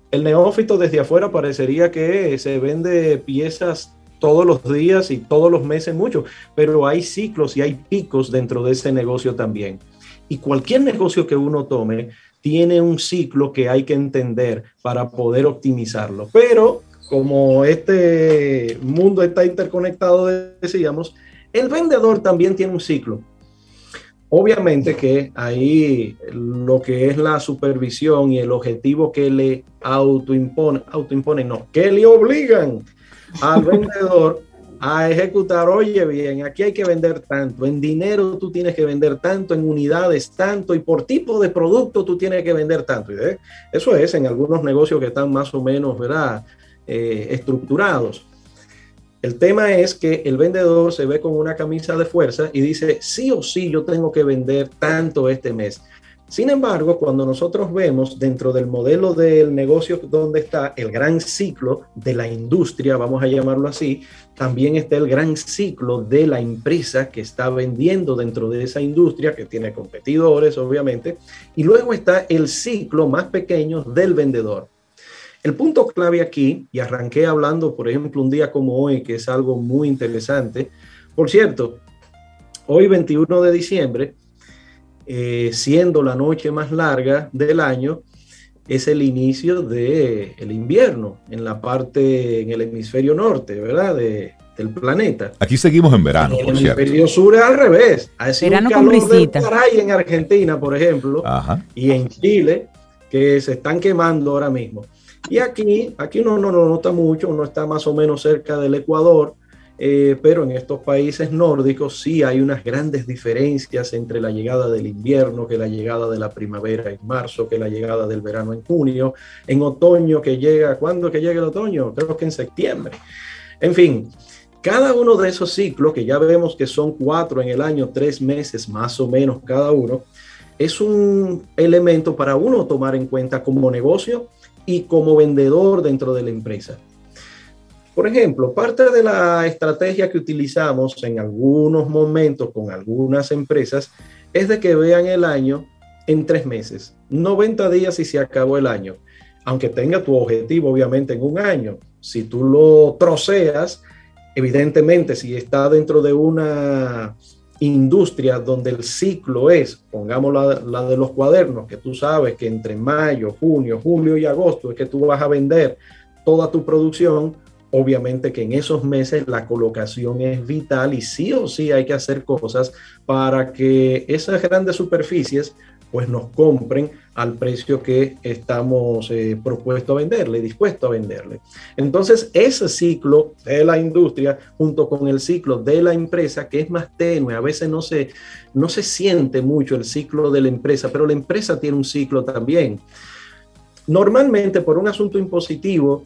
Speaker 8: el neófito desde afuera parecería que se vende piezas todos los días y todos los meses mucho, pero hay ciclos y hay picos dentro de ese negocio también. Y cualquier negocio que uno tome tiene un ciclo que hay que entender para poder optimizarlo. Pero como este mundo está interconectado, decíamos, el vendedor también tiene un ciclo. Obviamente que ahí lo que es la supervisión y el objetivo que le que le obligan al vendedor a ejecutar, oye bien, aquí hay que vender tanto, en dinero tú tienes que vender tanto, en unidades tanto, y por tipo de producto tú tienes que vender tanto. Eso es en algunos negocios que están más o menos, ¿verdad?, estructurados. El tema es que el vendedor se ve con una camisa de fuerza y dice, sí o sí yo tengo que vender tanto este mes. Sin embargo, cuando nosotros vemos dentro del modelo del negocio donde está el gran ciclo de la industria, vamos a llamarlo así, también está el gran ciclo de la empresa que está vendiendo dentro de esa industria, que tiene competidores, obviamente, y luego está el ciclo más pequeño del vendedor. El punto clave aquí, y arranqué hablando, por ejemplo, un día como hoy, que es algo muy interesante. Por cierto, hoy 21 de diciembre, siendo la noche más larga del año, es el inicio del invierno en el hemisferio norte, ¿verdad?, del planeta.
Speaker 1: Aquí seguimos en verano, por cierto.
Speaker 8: El hemisferio sur es al revés. Hace
Speaker 3: verano
Speaker 8: un
Speaker 3: con
Speaker 8: calor
Speaker 3: brisita.
Speaker 8: del caray en Argentina, por ejemplo, y en Chile, que se están quemando ahora mismo. Y aquí uno no nota mucho, uno está más o menos cerca del Ecuador, pero en estos países nórdicos sí hay unas grandes diferencias entre la llegada del invierno, que la llegada de la primavera en marzo, que la llegada del verano en junio, en otoño que llega, ¿cuándo que llega el otoño? Creo que en septiembre. En fin, cada uno de esos ciclos, que ya vemos que son 4 en el año, 3 meses más o menos cada uno, es un elemento para uno tomar en cuenta como negocio y como vendedor dentro de la empresa. Por ejemplo, parte de la estrategia que utilizamos en algunos momentos con algunas empresas es de que vean el año en 3 meses, 90 días y se acabó el año, aunque tenga tu objetivo obviamente en un año. Si tú lo troceas, evidentemente si está dentro de una industria donde el ciclo es, pongamos la de los cuadernos, que tú sabes que entre mayo, junio, julio y agosto es que tú vas a vender toda tu producción, obviamente que en esos meses la colocación es vital y sí o sí hay que hacer cosas para que esas grandes superficies pues nos compren al precio que estamos dispuestos a venderle. Entonces, ese ciclo de la industria junto con el ciclo de la empresa, que es más tenue, a veces no se siente mucho el ciclo de la empresa, pero la empresa tiene un ciclo también. Normalmente, por un asunto impositivo.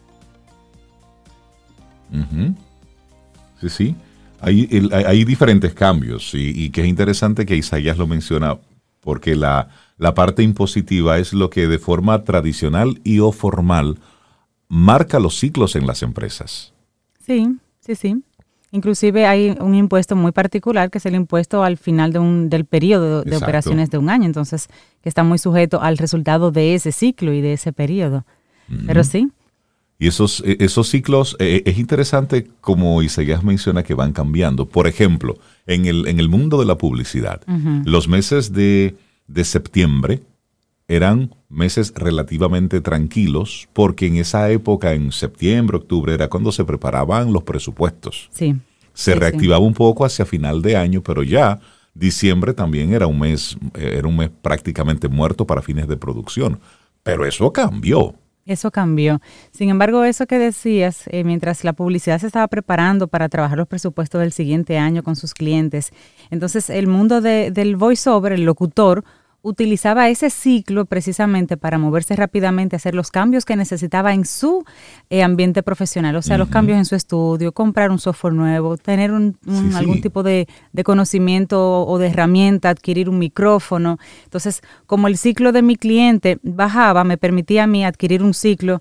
Speaker 1: Sí. Hay diferentes cambios y que es interesante que Isaías lo menciona, porque la parte impositiva es lo que de forma tradicional y o formal marca los ciclos en las empresas. Sí.
Speaker 3: Inclusive hay un impuesto muy particular que es el impuesto al final del periodo de operaciones de un año, entonces que está muy sujeto al resultado de ese ciclo y de ese periodo. Pero sí.
Speaker 1: Y esos ciclos, es interesante como Isaías menciona que van cambiando. Por ejemplo, en el mundo de la publicidad, los meses de septiembre eran meses relativamente tranquilos porque en esa época, en septiembre, octubre, era cuando se preparaban los presupuestos.
Speaker 3: Sí.
Speaker 1: Se reactivaba un poco hacia final de año, pero ya diciembre también era un mes prácticamente muerto para fines de producción. Pero eso cambió.
Speaker 3: Eso cambió. Sin embargo, eso que decías, mientras la publicidad se estaba preparando para trabajar los presupuestos del siguiente año con sus clientes, entonces el mundo del voiceover, el locutor, utilizaba ese ciclo precisamente para moverse rápidamente, hacer los cambios que necesitaba en su ambiente profesional, o sea, los cambios en su estudio, comprar un software nuevo, tener algún tipo de conocimiento o de herramienta, adquirir un micrófono. Entonces, como el ciclo de mi cliente bajaba, me permitía a mí adquirir un ciclo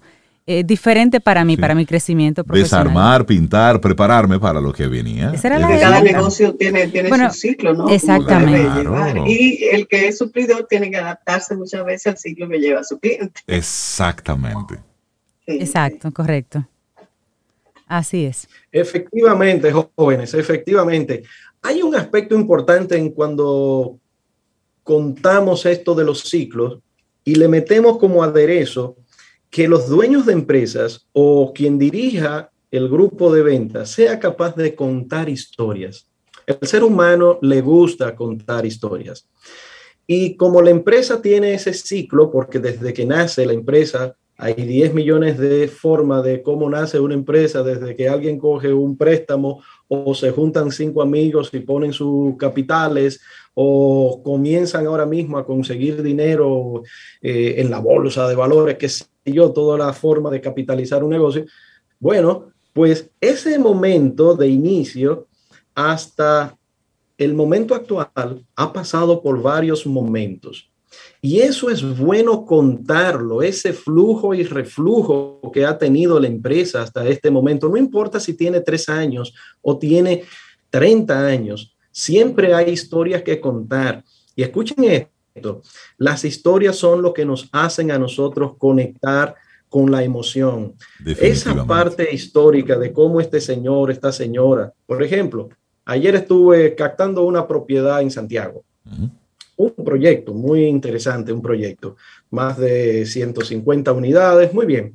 Speaker 3: diferente para mí, para mi crecimiento profesional.
Speaker 1: Desarmar, pintar, prepararme para lo que venía.
Speaker 2: Cada negocio tiene su ciclo, ¿no?
Speaker 3: Exactamente.
Speaker 2: Claro. Y el que es suplidor tiene que adaptarse muchas veces al ciclo que lleva su cliente.
Speaker 1: Exactamente.
Speaker 2: Sí,
Speaker 3: exacto, correcto. Así es.
Speaker 8: Efectivamente, jóvenes, efectivamente. Hay un aspecto importante en cuando contamos esto de los ciclos y le metemos como aderezo que los dueños de empresas o quien dirija el grupo de ventas sea capaz de contar historias. El ser humano le gusta contar historias. Y como la empresa tiene ese ciclo, porque desde que nace la empresa hay 10 millones de formas de cómo nace una empresa, desde que alguien coge un préstamo o se juntan 5 amigos y ponen sus capitales o comienzan ahora mismo a conseguir dinero en la bolsa de valores, qué sé yo, toda la forma de capitalizar un negocio. Bueno, pues ese momento de inicio hasta el momento actual ha pasado por varios momentos. Y eso es bueno contarlo, ese flujo y reflujo que ha tenido la empresa hasta este momento. No importa si tiene 3 años o tiene 30 años, siempre hay historias que contar. Y escuchen esto, las historias son lo que nos hacen a nosotros conectar con la emoción. Esa parte histórica de cómo este señor, esta señora, por ejemplo, ayer estuve captando una propiedad en Santiago. Un proyecto muy interesante, un proyecto, más de 150 unidades, muy bien.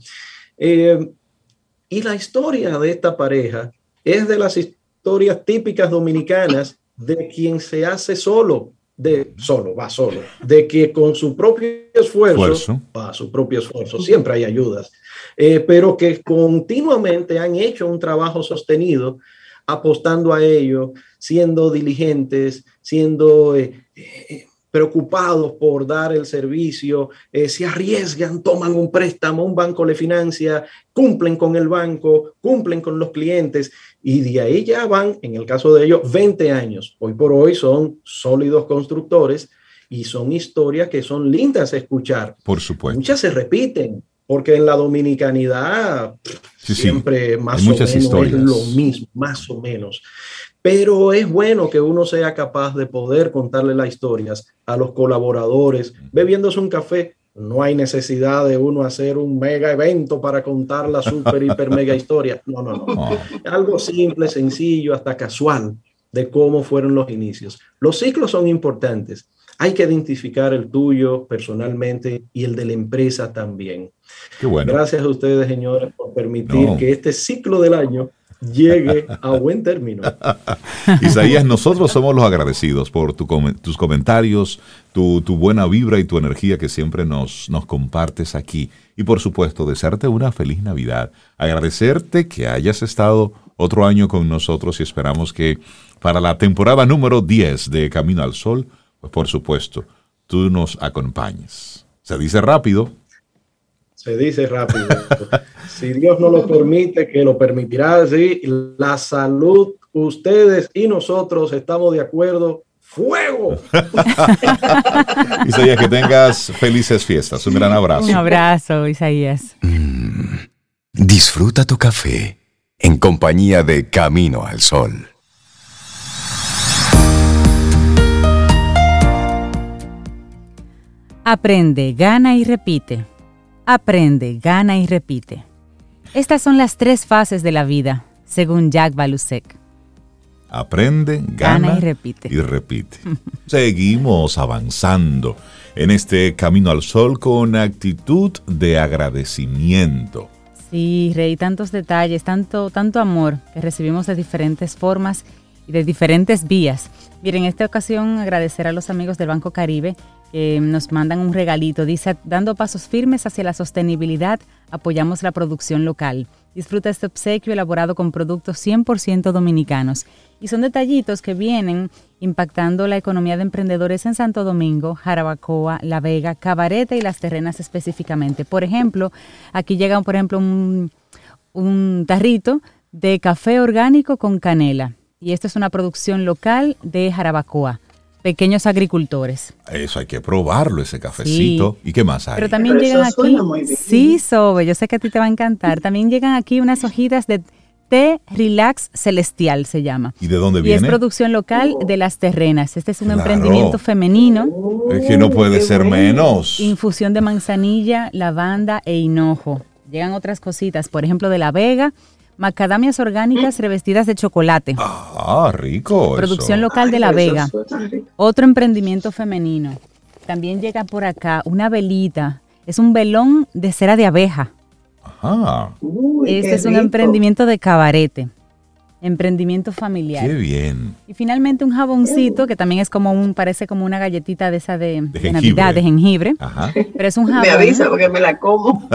Speaker 8: Y la historia de esta pareja es de las historias típicas dominicanas de quien se hace solo, va solo, de que con su propio esfuerzo, va a su propio esfuerzo, siempre hay ayudas, pero que continuamente han hecho un trabajo sostenido, apostando a ello, siendo diligentes, siendo preocupados por dar el servicio, se arriesgan, toman un préstamo, un banco le financia, cumplen con el banco, cumplen con los clientes y de ahí ya van, en el caso de ellos, 20 años. Hoy por hoy son sólidos constructores y son historias que son lindas de escuchar.
Speaker 1: Por supuesto.
Speaker 8: Muchas se repiten, porque en la dominicanidad siempre más o menos historias. Es lo mismo, más o menos. Pero es bueno que uno sea capaz de poder contarle las historias a los colaboradores, bebiéndose un café. No hay necesidad de uno hacer un mega evento para contar la super, hiper, mega historia. No. Algo simple, sencillo, hasta casual de cómo fueron los inicios. Los ciclos son importantes. Hay que identificar el tuyo personalmente y el de la empresa también.
Speaker 1: Qué bueno.
Speaker 8: Gracias a ustedes, señores, por permitir que este ciclo del año llegue a buen término.
Speaker 1: Isaías, nosotros somos los agradecidos por tus comentarios, tu buena vibra y tu energía que siempre nos compartes aquí. Y por supuesto, desearte una feliz Navidad. Agradecerte que hayas estado otro año con nosotros y esperamos que para la temporada número 10 de Camino al Sol, pues por supuesto, tú nos acompañes. Se dice rápido.
Speaker 8: Se dice rápido. Si Dios no lo permite, que lo permitirá. Sí, la salud, ustedes y nosotros estamos de acuerdo. ¡Fuego!
Speaker 1: Isaías, que tengas felices fiestas. Un gran abrazo.
Speaker 3: Un abrazo, Isaías.
Speaker 6: Disfruta tu café en compañía de Camino al Sol.
Speaker 3: Aprende, gana y repite. Aprende, gana y repite. Estas son las 3 fases de la vida, según Jack Balusek.
Speaker 1: Aprende, gana
Speaker 3: y repite.
Speaker 1: Seguimos avanzando en este Camino al Sol con actitud de agradecimiento.
Speaker 3: Sí, Rey, tantos detalles, tanto amor que recibimos de diferentes formas y de diferentes vías. Miren, en esta ocasión agradecer a los amigos del Banco Caribe que nos mandan un regalito. Dice, dando pasos firmes hacia la sostenibilidad, apoyamos la producción local. Disfruta este obsequio elaborado con productos 100% dominicanos. Y son detallitos que vienen impactando la economía de emprendedores en Santo Domingo, Jarabacoa, La Vega, Cabarete y Las Terrenas específicamente. Por ejemplo, aquí llega un tarrito de café orgánico con canela. Y esto es una producción local de Jarabacoa. pequeños agricultores.
Speaker 1: Eso hay que probarlo, ese cafecito. Sí. ¿Y qué más hay?
Speaker 3: Pero también llegan aquí, sí, Sobe, yo sé que a ti te va a encantar. También llegan aquí unas hojitas de té relax celestial, se llama.
Speaker 1: ¿Y de dónde viene?
Speaker 3: Y es producción local de Las Terrenas. Este es un emprendimiento femenino.
Speaker 1: Es que no puede ser menos.
Speaker 3: Infusión de manzanilla, lavanda e hinojo. Llegan otras cositas, por ejemplo, de La Vega, macadamias orgánicas revestidas de chocolate.
Speaker 1: Ah, rico.
Speaker 3: Producción local de La Vega. Otro emprendimiento femenino. También llega por acá una velita. Es un velón de cera de abeja.
Speaker 1: Ajá.
Speaker 3: Este es un emprendimiento de Cabarete. Emprendimiento familiar.
Speaker 1: Qué bien.
Speaker 3: Y finalmente un jaboncito que también es parece como una galletita de esa de Navidad, de jengibre.
Speaker 1: Ajá.
Speaker 3: Pero es un jabón.
Speaker 2: Me avisa porque me la como.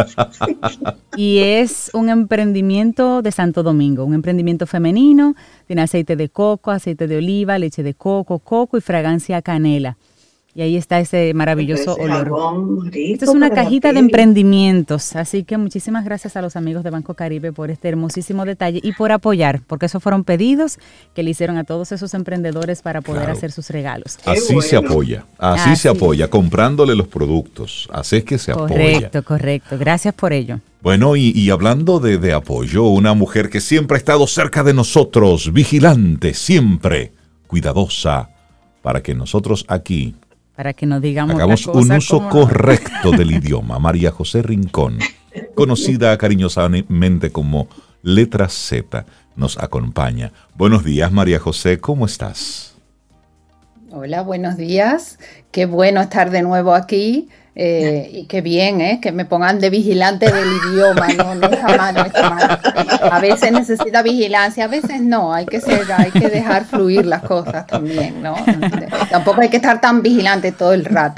Speaker 3: Y es un emprendimiento de Santo Domingo, un emprendimiento femenino. Tiene aceite de coco, aceite de oliva, leche de coco y fragancia a canela. Y ahí está ese maravilloso olor. Esto es una cajita de emprendimientos, así que muchísimas gracias a los amigos de Banco Caribe por este hermosísimo detalle y por apoyar, porque esos fueron pedidos que le hicieron a todos esos emprendedores para poder hacer sus regalos.
Speaker 1: Así se apoya, así se apoya, comprándole los productos, así es que se apoya.
Speaker 3: Correcto, gracias por ello.
Speaker 1: Bueno, y hablando de apoyo, una mujer que siempre ha estado cerca de nosotros, vigilante, siempre, cuidadosa, para que nosotros aquí
Speaker 3: para que no digamos
Speaker 1: hagamos un uso correcto del idioma. María José Rincón, conocida cariñosamente como Letra Z, nos acompaña. Buenos días, María José, ¿cómo estás?
Speaker 9: Hola, buenos días. Qué bueno estar de nuevo aquí. Y qué bien, que me pongan de vigilante del idioma, no está mal. A veces necesita vigilancia, a veces no, hay que dejar fluir las cosas también, ¿no? Tampoco hay que estar tan vigilante todo el rato,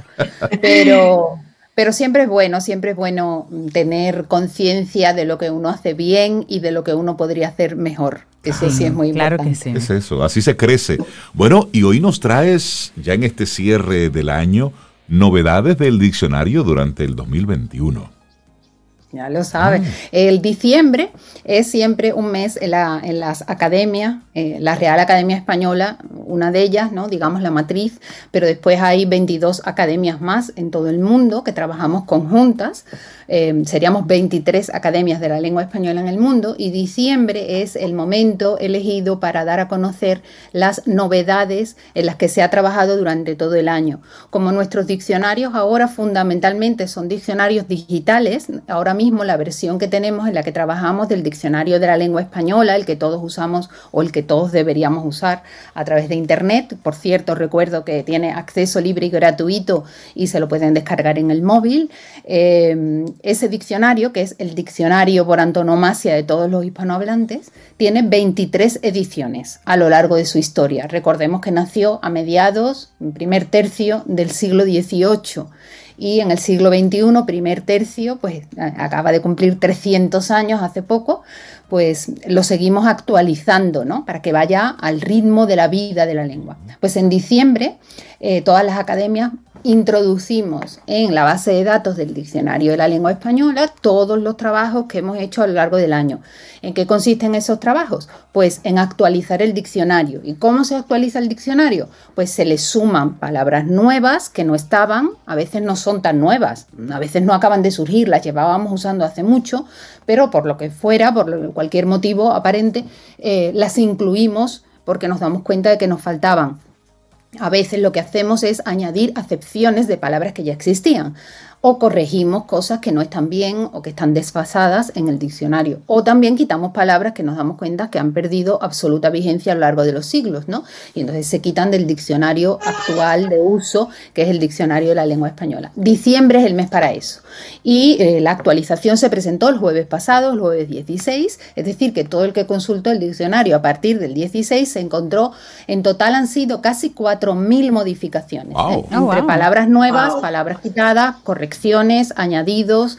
Speaker 9: pero siempre es bueno tener conciencia de lo que uno hace bien y de lo que uno podría hacer mejor. Eso sí es muy importante.
Speaker 3: Claro que sí.
Speaker 1: Es eso, así se crece. Bueno, y hoy nos traes, ya en este cierre del año, novedades del diccionario durante el 2021.
Speaker 9: Ya lo sabes. El diciembre es siempre un mes en las academias, la Real Academia Española, una de ellas, ¿no? Digamos la matriz, pero después hay 22 academias más en todo el mundo que trabajamos conjuntas. Seríamos 23 academias de la lengua española en el mundo, y diciembre es el momento elegido para dar a conocer las novedades en las que se ha trabajado durante todo el año. Como nuestros diccionarios ahora fundamentalmente son diccionarios digitales, ahora mismo la versión que tenemos en la que trabajamos del diccionario de la lengua española, el que todos usamos o el que todos deberíamos usar a través de internet. Por cierto, recuerdo que tiene acceso libre y gratuito y se lo pueden descargar en el móvil. Ese diccionario, que es el diccionario por antonomasia de todos los hispanohablantes, tiene 23 ediciones a lo largo de su historia. Recordemos que nació a mediados, primer tercio del siglo XVIII, y en el siglo XXI, primer tercio, pues acaba de cumplir 300 años hace poco, pues lo seguimos actualizando, ¿no? Para que vaya al ritmo de la vida de la lengua. Pues en diciembre todas las academias introducimos en la base de datos del Diccionario de la Lengua Española todos los trabajos que hemos hecho a lo largo del año. ¿En qué consisten esos trabajos? Pues en actualizar el diccionario. ¿Y cómo se actualiza el diccionario? Pues se le suman palabras nuevas que no estaban, a veces no son tan nuevas, a veces no acaban de surgir, las llevábamos usando hace mucho, pero por lo que fuera, por cualquier motivo aparente, las incluimos porque nos damos cuenta de que nos faltaban. A veces lo que hacemos es añadir acepciones de palabras que ya existían, o corregimos cosas que no están bien o que están desfasadas en el diccionario, o también quitamos palabras que nos damos cuenta que han perdido absoluta vigencia a lo largo de los siglos, ¿no? Y entonces se quitan del diccionario actual de uso, que es el Diccionario de la Lengua Española. Diciembre es el mes para eso. Y la actualización se presentó el jueves pasado, el jueves 16, es decir, que todo el que consultó el diccionario a partir del 16 se encontró, en total han sido casi 4.000 modificaciones.
Speaker 1: Wow.
Speaker 9: Entre palabras nuevas, palabras quitadas, correcciones, añadidos,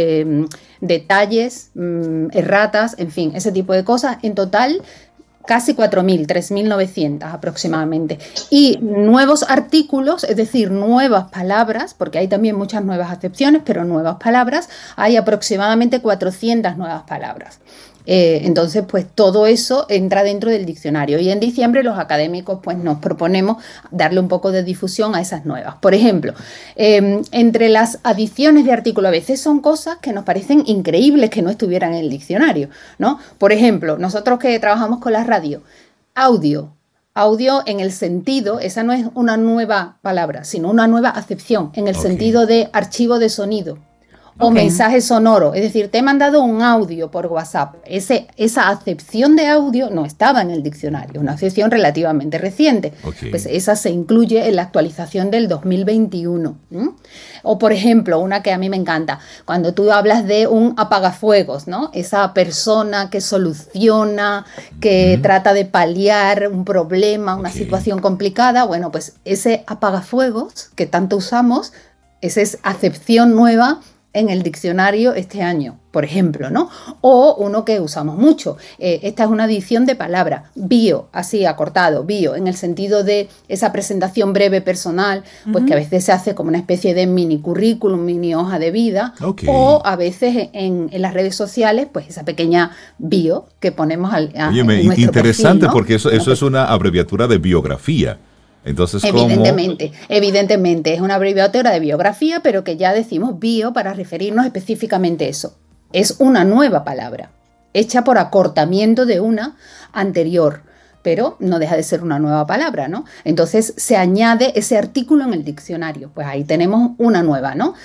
Speaker 9: detalles, erratas, en fin, ese tipo de cosas. En total, casi 4.000, 3.900 aproximadamente. Y nuevos artículos, es decir, nuevas palabras, porque hay también muchas nuevas acepciones, pero nuevas palabras, hay aproximadamente 400 nuevas palabras. Entonces, pues todo eso entra dentro del diccionario. Y en diciembre los académicos pues nos proponemos darle un poco de difusión a esas nuevas. Por ejemplo, entre las adiciones de artículo a veces son cosas que nos parecen increíbles que no estuvieran en el diccionario, ¿no? Por ejemplo, nosotros que trabajamos con la radio, audio en el sentido, esa no es una nueva palabra, sino una nueva acepción, en el sentido de archivo de sonido. O mensaje sonoro, es decir, te he mandado un audio por WhatsApp. Esa acepción de audio no estaba en el diccionario, una acepción relativamente reciente. Pues esa se incluye en la actualización del 2021. O, por ejemplo, una que a mí me encanta, cuando tú hablas de un apagafuegos, ¿no? Esa persona que soluciona, que trata de paliar un problema, una situación complicada. Bueno, pues ese apagafuegos que tanto usamos, esa es acepción nueva en el diccionario este año, por ejemplo, ¿no? O uno que usamos mucho, esta es una adición de palabra, bio, así acortado, bio, en el sentido de esa presentación breve personal, pues que a veces se hace como una especie de mini currículum, mini hoja de vida, o a veces en las redes sociales, pues esa pequeña bio que ponemos en nuestro
Speaker 1: interesante
Speaker 9: perfil, ¿no?
Speaker 1: Porque eso es una abreviatura de biografía. Entonces,
Speaker 9: evidentemente, es una abreviatura de biografía, pero que ya decimos bio para referirnos específicamente a eso. Es una nueva palabra, hecha por acortamiento de una anterior, pero no deja de ser una nueva palabra, ¿no? Entonces se añade ese artículo en el diccionario, pues ahí tenemos una nueva, ¿no?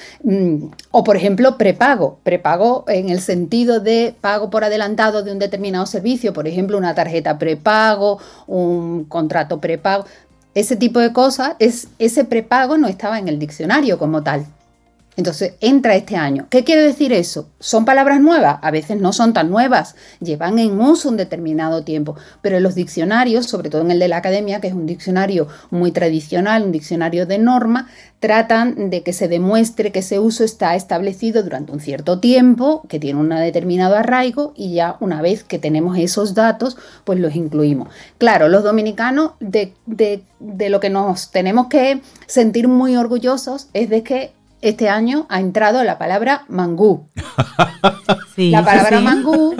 Speaker 9: O por ejemplo, prepago en el sentido de pago por adelantado de un determinado servicio, por ejemplo, una tarjeta prepago, un contrato prepago. Ese tipo de cosas, ese prepago no estaba en el diccionario como tal. Entonces entra este año. ¿Qué quiere decir eso? ¿Son palabras nuevas? A veces no son tan nuevas, llevan en uso un determinado tiempo, pero en los diccionarios, sobre todo en el de la academia, que es un diccionario muy tradicional, un diccionario de norma, tratan de que se demuestre que ese uso está establecido durante un cierto tiempo, que tiene un determinado arraigo, y ya una vez que tenemos esos datos, pues los incluimos. Claro, los dominicanos de lo que nos tenemos que sentir muy orgullosos es de que este año ha entrado la palabra mangú. La palabra mangú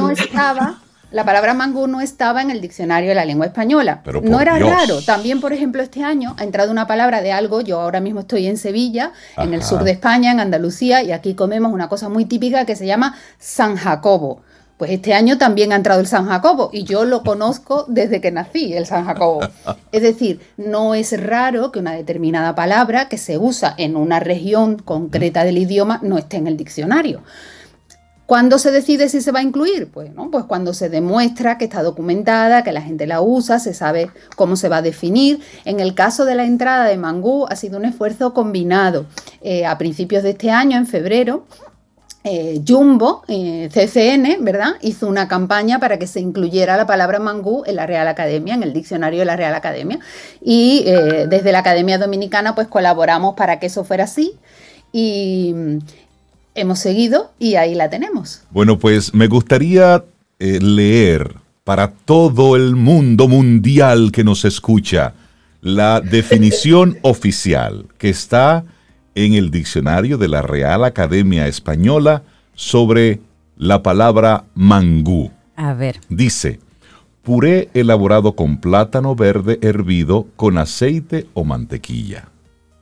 Speaker 9: no estaba en el diccionario de la lengua española. No era raro. También, por ejemplo, este año ha entrado una palabra de algo. Yo ahora mismo estoy en Sevilla, en el sur de España, en Andalucía, y aquí comemos una cosa muy típica que se llama San Jacobo. Pues este año también ha entrado el San Jacobo y yo lo conozco desde que nací, el San Jacobo. Es decir, no es raro que una determinada palabra que se usa en una región concreta del idioma no esté en el diccionario. ¿Cuándo se decide si se va a incluir? Pues cuando se demuestra que está documentada, que la gente la usa, se sabe cómo se va a definir. En el caso de la entrada de mangú ha sido un esfuerzo combinado. A principios de este año, en febrero, Jumbo, CCN, ¿verdad?, hizo una campaña para que se incluyera la palabra mangú en la Real Academia, en el diccionario de la Real Academia. Y desde la Academia Dominicana pues colaboramos para que eso fuera así y hemos seguido y ahí la tenemos.
Speaker 1: Bueno, pues me gustaría leer para todo el mundo mundial que nos escucha la definición oficial que está en el diccionario de la Real Academia Española sobre la palabra mangú.
Speaker 3: A ver.
Speaker 1: Dice, puré elaborado con plátano verde hervido con aceite o mantequilla.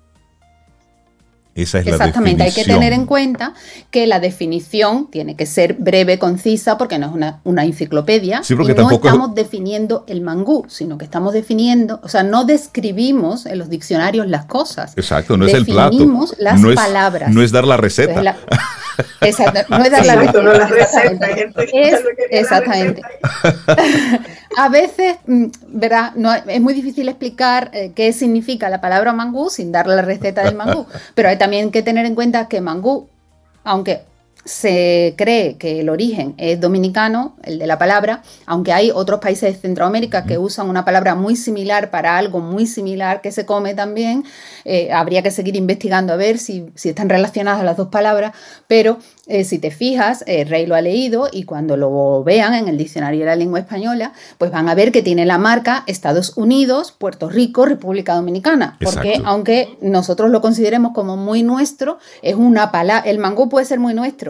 Speaker 1: Esa es la definición.
Speaker 9: Exactamente, hay que tener en cuenta que la definición tiene que ser breve, concisa, porque no es una enciclopedia.
Speaker 1: Sí, porque
Speaker 9: y no estamos definiendo el mangú, sino que estamos definiendo, o sea, no describimos en los diccionarios las cosas.
Speaker 1: Exacto, no es el plato.
Speaker 9: Definimos las palabras.
Speaker 1: No es dar la receta.
Speaker 9: Exacto, no es dar la receta. No la receta. Exactamente. A veces, ¿verdad? No, es muy difícil explicar qué significa la palabra mangú sin dar la receta del mangú, pero hay también que tener en cuenta que mangú, aunque se cree que el origen es dominicano, el de la palabra, aunque hay otros países de Centroamérica que usan una palabra muy similar para algo muy similar que se come también, habría que seguir investigando a ver si están relacionadas las dos palabras, pero si te fijas, Rey lo ha leído y cuando lo vean en el diccionario de la lengua española, pues van a ver que tiene la marca Estados Unidos, Puerto Rico, República Dominicana. Porque
Speaker 1: Exacto.
Speaker 9: Aunque nosotros lo consideremos como muy nuestro, es una palabra, el mangú puede ser muy nuestro,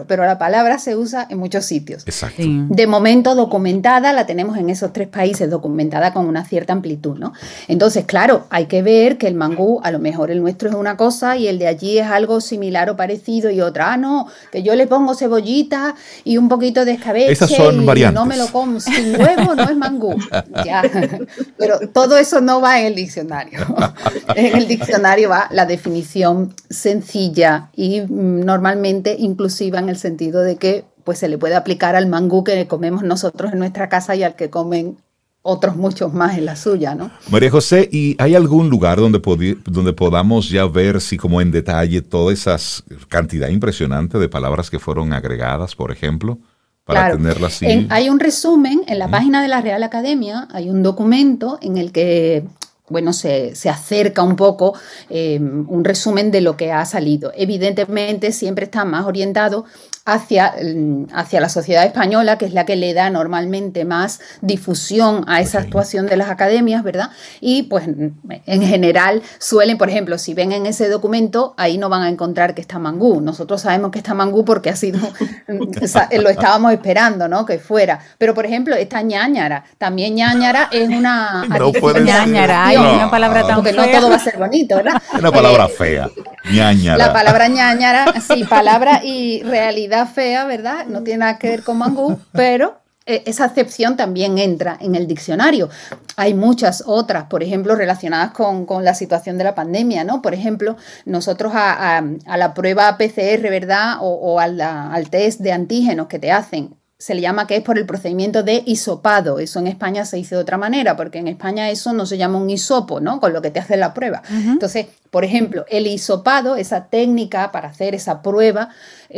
Speaker 9: pero la palabra se usa en muchos sitios.
Speaker 1: Exacto.
Speaker 3: Sí.
Speaker 9: De momento documentada la tenemos en esos 3 países, documentada con una cierta amplitud, ¿no? Entonces, claro, hay que ver que el mangú, a lo mejor el nuestro es una cosa y el de allí es algo similar o parecido y otra. No, que yo le pongo cebollita y un poquito de escabeche.
Speaker 1: Esas son
Speaker 9: y
Speaker 1: variantes.
Speaker 9: no me lo como sin huevo, no es mangú. Ya. Pero todo eso no va en el diccionario. En el diccionario va la definición sencilla y normalmente inclusiva en el sentido de que pues se le puede aplicar al mangú que comemos nosotros en nuestra casa y al que comen otros muchos más en la suya, ¿no?
Speaker 1: María José, ¿y hay algún lugar donde podamos ya ver, sí, como en detalle, toda esa cantidad impresionante de palabras que fueron agregadas, por ejemplo, para
Speaker 9: Claro.
Speaker 1: tenerlas así?
Speaker 9: Hay un resumen en la página de la Real Academia, hay un documento en el que bueno, se acerca un poco un resumen de lo que ha salido. Evidentemente siempre está más orientado hacia la sociedad española, que es la que le da normalmente más difusión a esa actuación de las academias, ¿verdad? Y pues en general suelen, por ejemplo, si ven en ese documento, ahí no van a encontrar que está mangú. Nosotros sabemos que está mangú porque ha sido, lo estábamos esperando, ¿no? Que fuera. Pero, por ejemplo, está ñáñara. También ñáñara es una...
Speaker 1: No puede ser.
Speaker 3: Ñáñara, ay,
Speaker 1: No.
Speaker 3: una palabra tan
Speaker 9: porque
Speaker 3: fea.
Speaker 9: no todo va a ser bonito, ¿verdad?
Speaker 1: Una palabra fea. Ñáñara.
Speaker 9: La palabra ñáñara, sí, palabra y realidad fea, ¿verdad? No tiene nada que ver con mangú, pero esa acepción también entra en el diccionario. Hay muchas otras, por ejemplo, relacionadas con la situación de la pandemia, ¿no? Por ejemplo, nosotros a la prueba PCR, ¿verdad? O al test de antígenos que te hacen, se le llama que es por el procedimiento de hisopado. Eso en España se dice de otra manera, porque en España eso no se llama un hisopo, ¿no? Con lo que te hacen la prueba.
Speaker 3: Ujú.
Speaker 9: Entonces, por ejemplo, el hisopado, esa técnica para hacer esa prueba,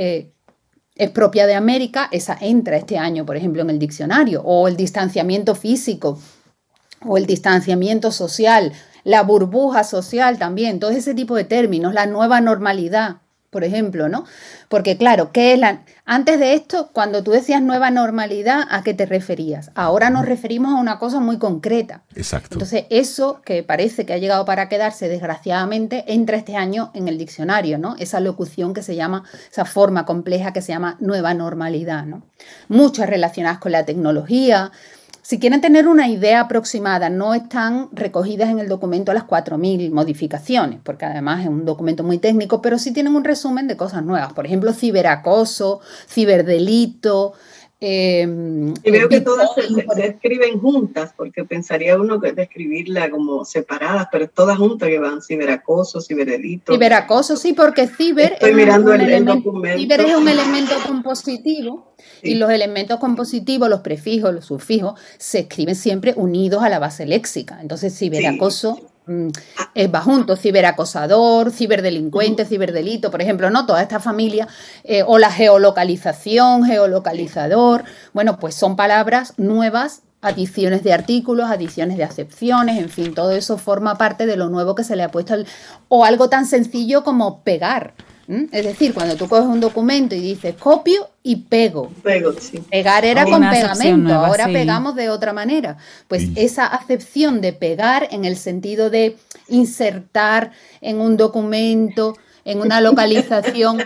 Speaker 9: es propia de América, esa entra este año, por ejemplo, en el diccionario, o el distanciamiento físico, o el distanciamiento social, la burbuja social también, todo ese tipo de términos, la nueva normalidad, por ejemplo, ¿no? Porque claro, ¿qué es antes de esto, cuando tú decías nueva normalidad, ¿a qué te referías? Ahora nos referimos a una cosa muy concreta.
Speaker 1: Exacto.
Speaker 9: Entonces, eso que parece que ha llegado para quedarse, desgraciadamente, entra este año en el diccionario, ¿no? Esa locución que se llama, esa forma compleja que se llama nueva normalidad, ¿no? Muchas relacionadas con la tecnología. Si quieren tener una idea aproximada, no están recogidas en el documento las 4.000 modificaciones, porque además es un documento muy técnico, pero sí tienen un resumen de cosas nuevas. Por ejemplo, ciberacoso, ciberdelito.
Speaker 2: Y veo que todas se escriben juntas, porque pensaría uno que de escribirla como separadas, pero todas juntas que van: ciberacoso, ciberdelito.
Speaker 9: Ciberacoso, sí, porque ciber,
Speaker 2: Estoy mirando el documento.
Speaker 9: Ciber es un elemento compositivo.
Speaker 2: Sí.
Speaker 9: Y los elementos compositivos, los prefijos, los sufijos, se escriben siempre unidos a la base léxica. Entonces, ciberacoso va junto, ciberacosador, ciberdelincuente, ciberdelito, por ejemplo, ¿no? Toda esta familia, o la geolocalización, geolocalizador, bueno, pues son palabras nuevas, adiciones de artículos, adiciones de acepciones, en fin, todo eso forma parte de lo nuevo que se le ha puesto, o algo tan sencillo como pegar. Es decir, cuando tú coges un documento y dices copio y pego.
Speaker 2: Sí.
Speaker 9: Pegar era con
Speaker 3: Una acepción
Speaker 9: pegamento,
Speaker 3: nueva,
Speaker 9: ahora
Speaker 3: sí.
Speaker 9: pegamos de otra manera. Pues
Speaker 1: Sí.
Speaker 9: esa acepción de pegar en el sentido de insertar en un documento, en una localización,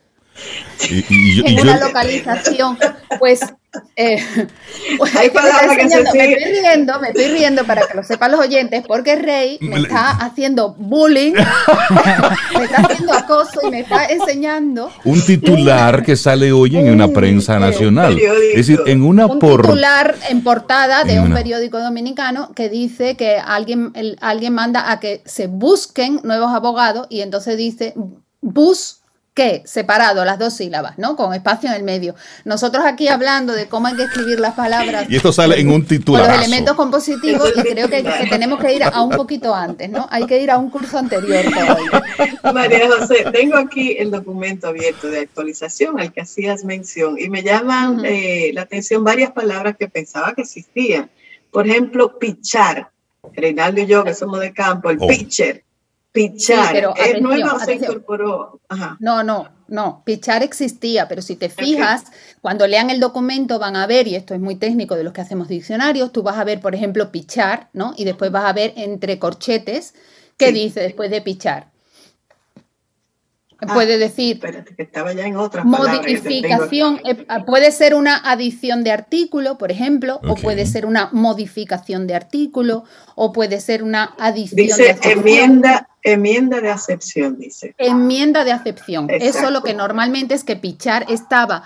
Speaker 1: Y
Speaker 9: una
Speaker 1: yo-
Speaker 9: localización, pues...
Speaker 2: Hay palabras que se
Speaker 9: me estoy riendo para que lo sepan los oyentes, porque Rey me está haciendo bullying, me está haciendo acoso y me está enseñando
Speaker 1: un titular que sale hoy en una prensa nacional.
Speaker 2: periódico.
Speaker 1: Es decir, en una
Speaker 9: un
Speaker 1: por...
Speaker 9: titular en portada de
Speaker 1: En
Speaker 9: un
Speaker 1: una.
Speaker 9: periódico dominicano que dice que alguien manda a que se busquen nuevos abogados y entonces dice busque, separado las dos sílabas, ¿no? Con espacio en el medio. Nosotros aquí hablando de cómo hay que escribir las palabras.
Speaker 1: Y esto sale en un
Speaker 9: Con los
Speaker 1: titularazo.
Speaker 9: elementos compositivos, y creo que tenemos que ir a un poquito antes, ¿no? Hay que ir a un curso anterior todavía.
Speaker 2: María José, tengo aquí el documento abierto de actualización al que hacías mención y me llaman la atención varias palabras que pensaba que existían. Por ejemplo, pichar. Reinaldo y yo, que somos de campo, el pitcher. Pichar.
Speaker 9: Sí, pero
Speaker 2: ¿Es
Speaker 9: atención,
Speaker 2: nueva o se
Speaker 9: atención.
Speaker 2: incorporó? Ajá.
Speaker 9: No, pichar existía, pero si te fijas, cuando lean el documento van a ver, y esto es muy técnico de los que hacemos diccionarios, tú vas a ver, por ejemplo, pichar, ¿no? Y después vas a ver entre corchetes qué dice después de pichar. Puede decir,
Speaker 2: espérate, que estaba ya en otras
Speaker 9: modificación, puede ser una adición de artículo, por ejemplo, o puede ser una modificación de artículo, o puede ser una adición de acepción.
Speaker 2: Enmienda de acepción, dice.
Speaker 9: Enmienda de acepción.
Speaker 2: Exacto.
Speaker 9: Eso lo que normalmente es que pichar estaba.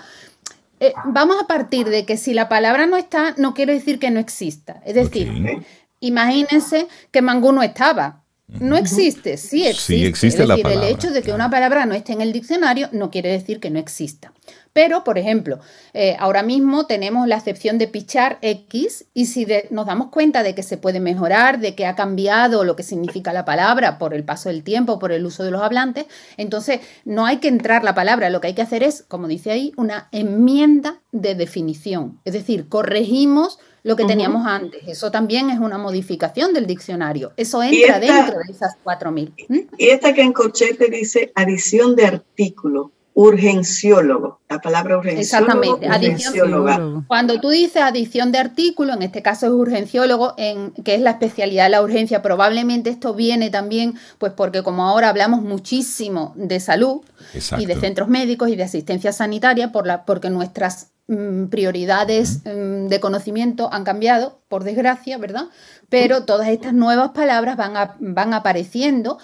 Speaker 9: Vamos a partir de que si la palabra no está, no quiere decir que no exista. Es decir, imagínense que mangú no estaba. No existe, sí existe.
Speaker 1: Sí existe,
Speaker 9: es decir,
Speaker 1: la palabra,
Speaker 9: el hecho de que una palabra no esté en el diccionario no quiere decir que no exista. Pero, por ejemplo, ahora mismo tenemos la acepción de pichar X y si nos damos cuenta de que se puede mejorar, de que ha cambiado lo que significa la palabra por el paso del tiempo, por el uso de los hablantes, entonces no hay que entrar la palabra, lo que hay que hacer es, como dice ahí, una enmienda de definición. Es decir, corregimos lo que teníamos antes. Eso también es una modificación del diccionario. Eso entra dentro de esas 4.000.
Speaker 2: Y esta que en corchete dice adición de artículo, urgenciólogo. La palabra urgenciólogo.
Speaker 9: Exactamente, urgencióloga. Cuando tú dices adición de artículo, en este caso es urgenciólogo, que es la especialidad de la urgencia, probablemente esto viene también, pues porque como ahora hablamos muchísimo de salud y de centros médicos y de asistencia sanitaria, porque nuestras prioridades de conocimiento han cambiado, por desgracia, ¿verdad? Pero todas estas nuevas palabras van apareciendo,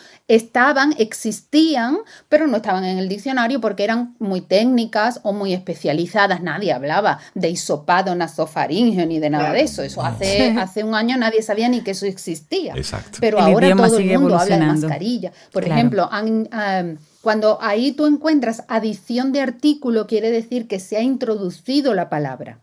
Speaker 9: existían, pero no estaban en el diccionario porque eran muy técnicas o muy especializadas. Nadie hablaba de hisopado nasofaringeo ni de nada de eso. Eso hace un año nadie sabía ni que eso existía.
Speaker 1: Exacto.
Speaker 9: Pero ahora todo el mundo habla de mascarilla. Por ejemplo, cuando ahí tú encuentras adición de artículo, quiere decir que se ha introducido la palabra.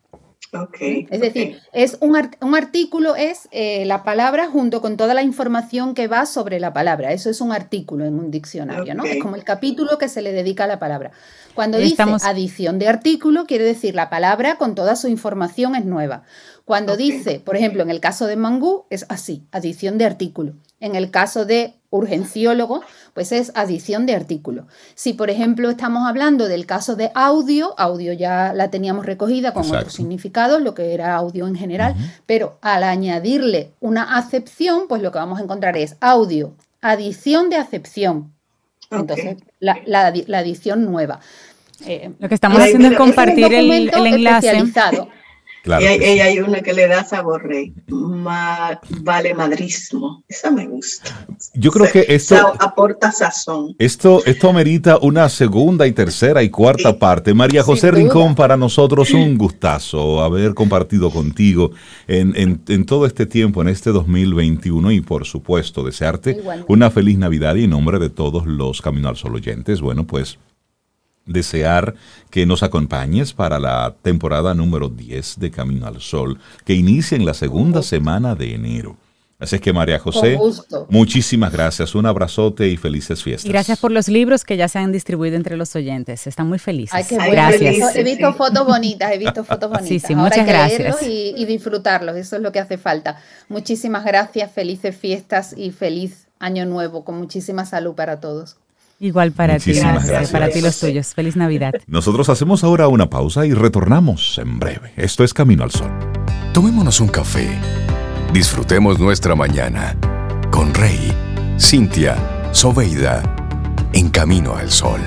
Speaker 9: Es decir, es un artículo es la palabra junto con toda la información que va sobre la palabra. Eso es un artículo en un diccionario, ¿no? Es como el capítulo que se le dedica a la palabra. Cuando dice adición de artículo, quiere decir la palabra con toda su información es nueva. Cuando dice, por ejemplo, en el caso de mangú, es así, adición de artículo. En el caso de urgenciólogo, pues es adición de artículo. Si, por ejemplo, estamos hablando del caso de audio ya la teníamos recogida con otros significados, lo que era audio en general, pero al añadirle una acepción, pues lo que vamos a encontrar es audio, adición de acepción. Entonces, la adición nueva.
Speaker 3: Lo que estamos haciendo es compartir el enlace.
Speaker 2: Claro, y hay una que le da sabor rey, vale madrismo, esa me gusta.
Speaker 1: Yo creo que esto
Speaker 2: aporta sazón.
Speaker 1: Esto amerita una segunda y tercera y cuarta parte. María José Rincón, para nosotros un gustazo haber compartido contigo en todo este tiempo, en este 2021 y por supuesto desearte una feliz Navidad y en nombre de todos los Camino al Sol oyentes, bueno pues desear que nos acompañes para la temporada número 10 de Camino al Sol, que inicia en la segunda semana de enero. Así es que María José, muchísimas gracias, un abrazote y felices fiestas.
Speaker 3: Y gracias por los libros que ya se han distribuido entre los oyentes, están muy felices.
Speaker 9: Ay, gracias. He visto fotos bonitas,
Speaker 3: Sí, muchas gracias.
Speaker 9: Leerlos y disfrutarlos, eso es lo que hace falta. Muchísimas gracias, felices fiestas y feliz año nuevo, con muchísima salud para todos.
Speaker 3: Igual para ti, gracias. Para ti los tuyos. Feliz Navidad.
Speaker 1: Nosotros hacemos ahora una pausa y retornamos en breve. Esto es Camino al Sol.
Speaker 6: Tomémonos un café. Disfrutemos nuestra mañana con Rey, Cintia, Soveida, en Camino al Sol.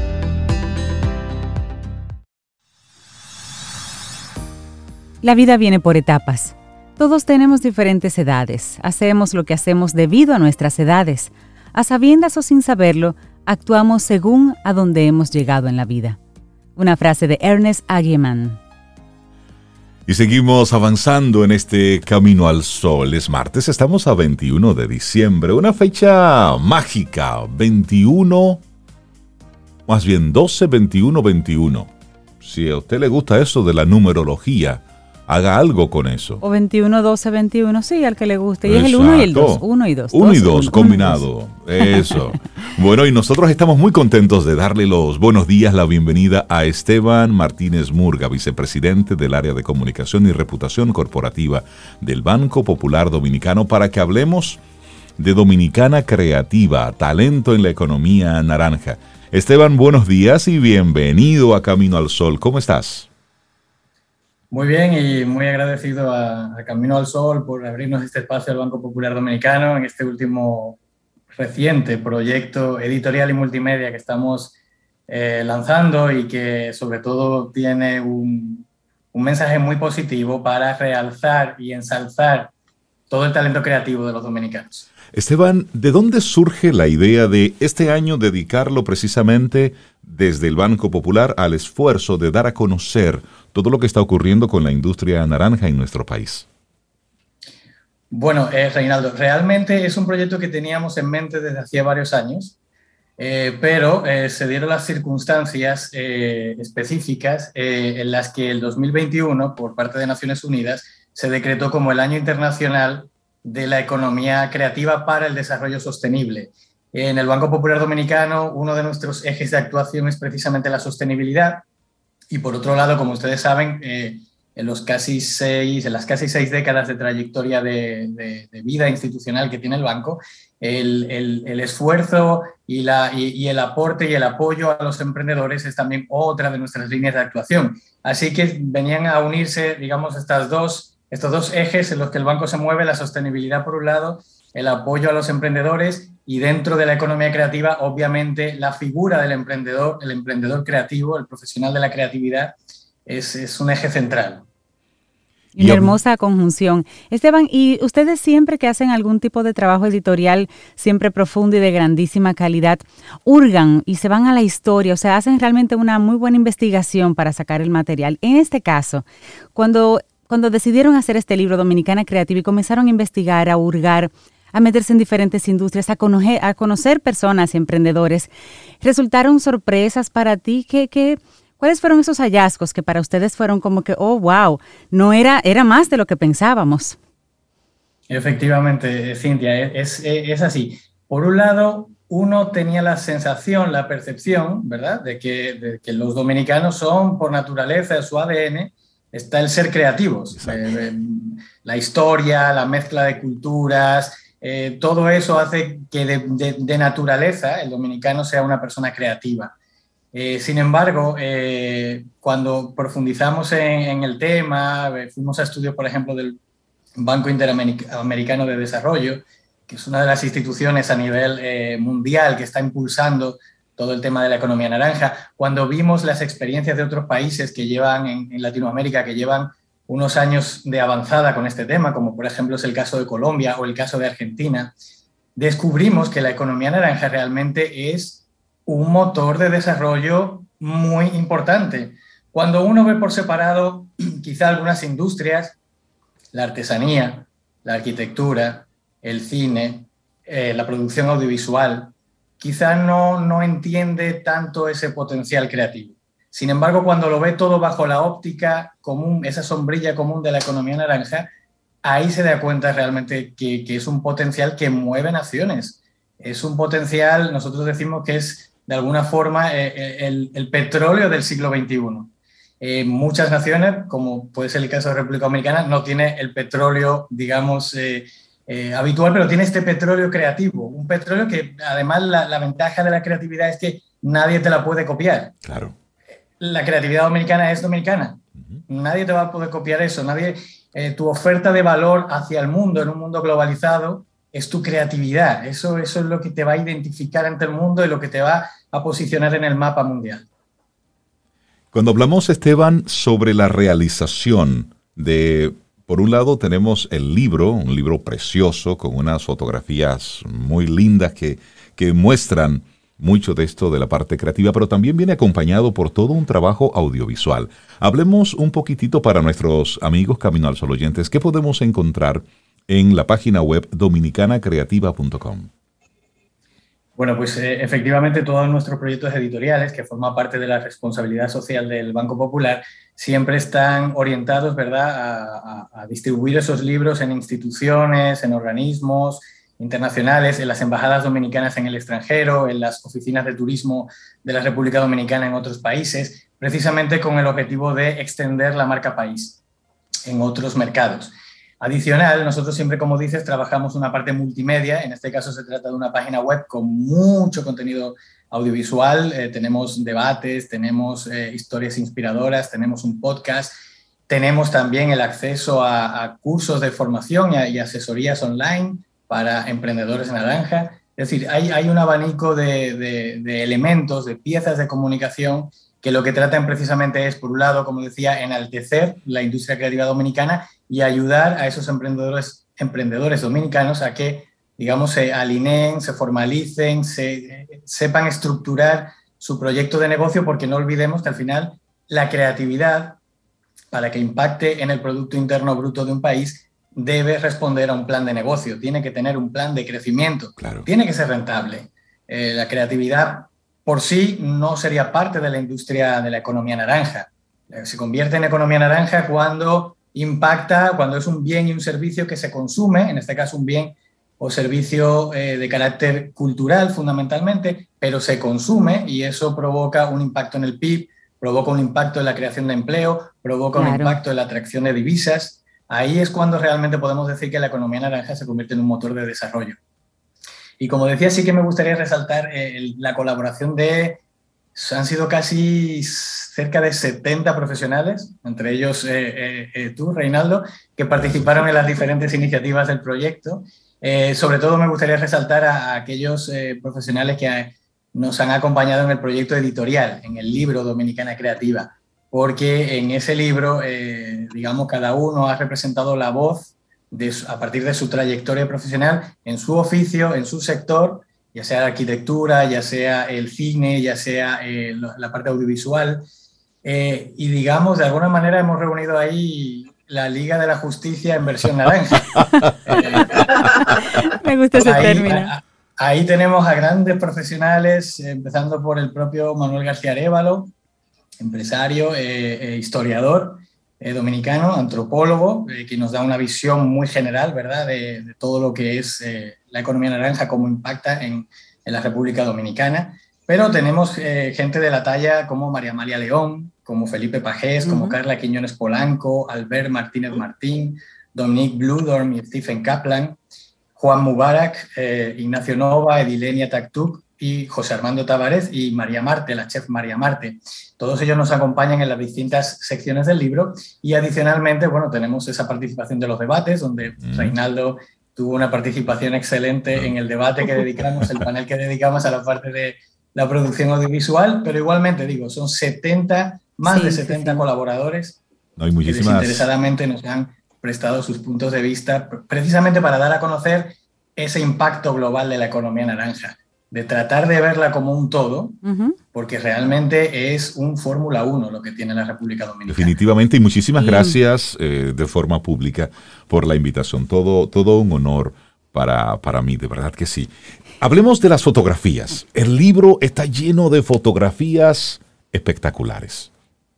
Speaker 3: La vida viene por etapas. Todos tenemos diferentes edades. Hacemos lo que hacemos debido a nuestras edades. A sabiendas o sin saberlo, actuamos según a donde hemos llegado en la vida. Una frase de Ernest Aguiman.
Speaker 1: Y seguimos avanzando en este Camino al Sol. Es martes, estamos a 21 de diciembre, una fecha mágica, 21, más bien 12, 21, 21. Si a usted le gusta eso de la numerología, haga algo con eso.
Speaker 3: O 21, 12, 21, sí, al que le guste. Y es el 1 y el 2, 1 y 2.
Speaker 1: 1 y 2 combinado, eso. Bueno, y nosotros estamos muy contentos de darle los buenos días, la bienvenida a Esteban Martínez Murga, vicepresidente del área de comunicación y reputación corporativa del Banco Popular Dominicano, para que hablemos de Dominicana Creativa, talento en la economía naranja. Esteban, buenos días y bienvenido a Camino al Sol. ¿Cómo estás?
Speaker 10: Muy bien y muy agradecido a Camino al Sol por abrirnos este espacio al Banco Popular Dominicano en este último reciente proyecto editorial y multimedia que estamos lanzando y que sobre todo tiene un mensaje muy positivo para realzar y ensalzar todo el talento creativo de los dominicanos.
Speaker 1: Esteban, ¿de dónde surge la idea de este año dedicarlo precisamente desde el Banco Popular al esfuerzo de dar a conocer todo lo que está ocurriendo con la industria naranja en nuestro país?
Speaker 10: Bueno, Reinaldo, realmente es un proyecto que teníamos en mente desde hacía varios años, pero se dieron las circunstancias específicas en las que el 2021, por parte de Naciones Unidas, se decretó como el Año Internacional de la Economía Creativa para el Desarrollo Sostenible. En el Banco Popular Dominicano, uno de nuestros ejes de actuación es precisamente la sostenibilidad y, por otro lado, como ustedes saben, en las casi 6 décadas de trayectoria de vida institucional que tiene el banco, el esfuerzo y el aporte y el apoyo a los emprendedores es también otra de nuestras líneas de actuación. Así que venían a unirse, digamos, estos dos ejes en los que el banco se mueve: la sostenibilidad por un lado, el apoyo a los emprendedores, y dentro de la economía creativa, obviamente, la figura del emprendedor, el emprendedor creativo, el profesional de la creatividad, es un eje central.
Speaker 3: Y una hermosa conjunción. Esteban, ¿y ustedes siempre que hacen algún tipo de trabajo editorial, siempre profundo y de grandísima calidad, hurgan y se van a la historia? O sea, hacen realmente una muy buena investigación para sacar el material. En este caso, cuando decidieron hacer este libro, Dominicana Creativa, y comenzaron a investigar, a hurgar, a meterse en diferentes industrias, a conocer personas y emprendedores, ¿resultaron sorpresas para ti? ¿Cuáles fueron esos hallazgos que para ustedes fueron como que, oh, wow, no era más de lo que pensábamos?
Speaker 10: Efectivamente, Cintia, es así. Por un lado, uno tenía la sensación, la percepción, ¿verdad?, de que los dominicanos son, por naturaleza, su ADN, está el ser creativos. La historia, la mezcla de culturas, todo eso hace que de naturaleza el dominicano sea una persona creativa. Sin embargo, cuando profundizamos en el tema, fuimos a estudios, por ejemplo, del Banco Interamericano de Desarrollo, que es una de las instituciones a nivel mundial que está impulsando todo el tema de la economía naranja. Cuando vimos las experiencias de otros países que llevan en Latinoamérica, que llevan unos años de avanzada con este tema, como por ejemplo es el caso de Colombia o el caso de Argentina, descubrimos que la economía naranja realmente es un motor de desarrollo muy importante. Cuando uno ve por separado quizá algunas industrias, la artesanía, la arquitectura, el cine, la producción audiovisual, quizá no entiende tanto ese potencial creativo. Sin embargo, cuando lo ve todo bajo la óptica común, esa sombrilla común de la economía naranja, ahí se da cuenta realmente que es un potencial que mueve naciones. Es un potencial, nosotros decimos que es de alguna forma el petróleo del siglo XXI. Muchas naciones, como puede ser el caso de República Dominicana, no tiene el petróleo, digamos, habitual, pero tiene este petróleo creativo. Un petróleo que, además, la ventaja de la creatividad es que nadie te la puede copiar.
Speaker 1: Claro.
Speaker 10: La creatividad dominicana es dominicana. Nadie te va a poder copiar eso. Tu oferta de valor hacia el mundo, en un mundo globalizado, es tu creatividad. Eso es lo que te va a identificar ante el mundo y lo que te va a posicionar en el mapa mundial.
Speaker 1: Cuando hablamos, Esteban, sobre la realización de, por un lado tenemos el libro, un libro precioso con unas fotografías muy lindas que muestran mucho de esto de la parte creativa, pero también viene acompañado por todo un trabajo audiovisual. Hablemos un poquitito para nuestros amigos Camino al Sol oyentes, ¿qué podemos encontrar en la página web dominicanacreativa.com?
Speaker 10: Bueno, pues efectivamente todos nuestros proyectos editoriales, que forman parte de la responsabilidad social del Banco Popular, siempre están orientados, ¿verdad?, a distribuir esos libros en instituciones, en organismos internacionales, en las embajadas dominicanas en el extranjero, en las oficinas de turismo de la República Dominicana en otros países, precisamente con el objetivo de extender la marca país en otros mercados. Adicional, nosotros siempre, como dices, trabajamos una parte multimedia. En este caso se trata de una página web con mucho contenido audiovisual. Tenemos debates, tenemos historias inspiradoras, tenemos un podcast, tenemos también el acceso a cursos de formación y asesorías online para emprendedores naranja. Es decir, hay un abanico de elementos, de piezas de comunicación que lo que tratan precisamente es, por un lado, como decía, enaltecer la industria creativa dominicana y ayudar a esos emprendedores dominicanos a que, digamos, se alineen, se formalicen, sepan estructurar su proyecto de negocio, porque no olvidemos que al final la creatividad, para que impacte en el Producto Interno Bruto de un país, debe responder a un plan de negocio, tiene que tener un plan de crecimiento, claro. Tiene que ser rentable. La creatividad por sí no sería parte de la industria de la economía naranja. Se convierte en economía naranja cuando impacta, cuando es un bien y un servicio que se consume, en este caso un bien o servicio de carácter cultural fundamentalmente, pero se consume y eso provoca un impacto en el PIB, provoca un impacto en la creación de empleo, provoca un impacto en la atracción de divisas. Ahí es cuando realmente podemos decir que la economía naranja se convierte en un motor de desarrollo. Y como decía, sí que me gustaría resaltar la colaboración han sido casi cerca de 70 profesionales, entre ellos tú, Reinaldo, que participaron en las diferentes iniciativas del proyecto. Sobre todo me gustaría resaltar a aquellos profesionales que nos han acompañado en el proyecto editorial, en el libro Dominicana Creativa, porque en ese libro, digamos, cada uno ha representado la voz a partir de su trayectoria profesional en su oficio, en su sector, ya sea la arquitectura, ya sea el cine, ya sea la parte audiovisual. Y digamos, de alguna manera hemos reunido ahí la Liga de la Justicia en versión naranja.
Speaker 3: Me gusta ese término.
Speaker 10: Ahí tenemos a grandes profesionales, empezando por el propio Manuel García Arévalo, empresario, historiador dominicano, antropólogo, que nos da una visión muy general, ¿verdad?, de todo lo que es la economía naranja, cómo impacta en la República Dominicana. Pero tenemos gente de la talla como María Amalia León, como Felipe Pajés, como Carla Quiñones Polanco, Albert Martínez Martín, Dominique Bludorm y Stephen Kaplan, Juan Mubarak, Ignacio Nova, Edilenia Taktuk y José Armando Tavares y María Marte, la chef María Marte. Todos ellos nos acompañan en las distintas secciones del libro y adicionalmente, bueno, tenemos esa participación de los debates, donde Reinaldo tuvo una participación excelente en el debate que dedicamos, el panel que dedicamos a la parte de la producción audiovisual, pero igualmente, digo, son 70, más de 70 colaboradores que desinteresadamente nos han prestado sus puntos de vista precisamente para dar a conocer ese impacto global de la economía naranja, de tratar de verla como un todo, porque realmente es un Fórmula 1 lo que tiene la República Dominicana.
Speaker 1: Definitivamente, y muchísimas gracias de forma pública por la invitación. Todo un honor para mí, de verdad que sí. Hablemos de las fotografías. El libro está lleno de fotografías espectaculares.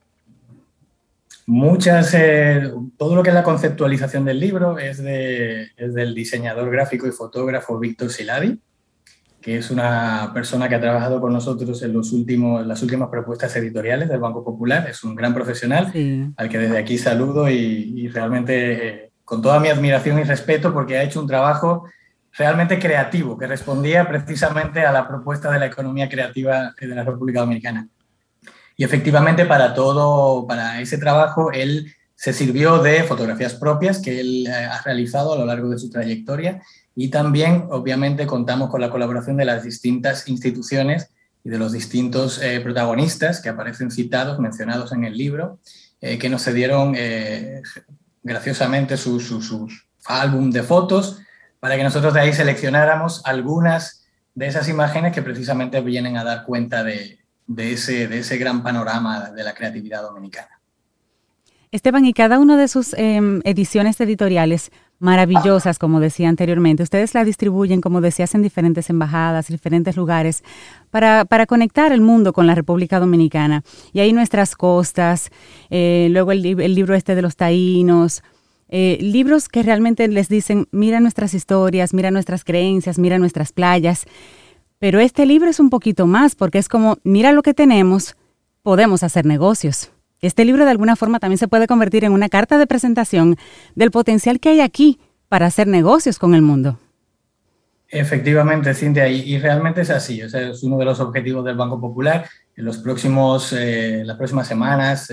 Speaker 10: Todo lo que es la conceptualización del libro es del diseñador gráfico y fotógrafo Víctor Siladi, que es una persona que ha trabajado con nosotros en las últimas propuestas editoriales del Banco Popular. Es un gran profesional, al que desde aquí saludo y realmente con toda mi admiración y respeto, porque ha hecho un trabajo realmente creativo, que respondía precisamente a la propuesta de la economía creativa de la República Dominicana. Y efectivamente para ese trabajo él se sirvió de fotografías propias que él ha realizado a lo largo de su trayectoria y también obviamente contamos con la colaboración de las distintas instituciones y de los distintos protagonistas que aparecen citados, mencionados en el libro, que nos cedieron graciosamente sus álbum de fotos para que nosotros de ahí seleccionáramos algunas de esas imágenes que precisamente vienen a dar cuenta de ese gran panorama de la creatividad dominicana.
Speaker 3: Esteban, y cada una de sus ediciones editoriales maravillosas, como decía anteriormente, ustedes la distribuyen, como decías, en diferentes embajadas, diferentes lugares, para conectar el mundo con la República Dominicana. Y ahí nuestras costas, luego el libro de los taínos, libros que realmente les dicen, mira nuestras historias, mira nuestras creencias, mira nuestras playas. Pero este libro es un poquito más, porque es como, mira lo que tenemos, podemos hacer negocios. Este libro de alguna forma también se puede convertir en una carta de presentación del potencial que hay aquí para hacer negocios con el mundo.
Speaker 10: Efectivamente, Cintia, y realmente es así. O sea, es uno de los objetivos del Banco Popular. En las próximas semanas,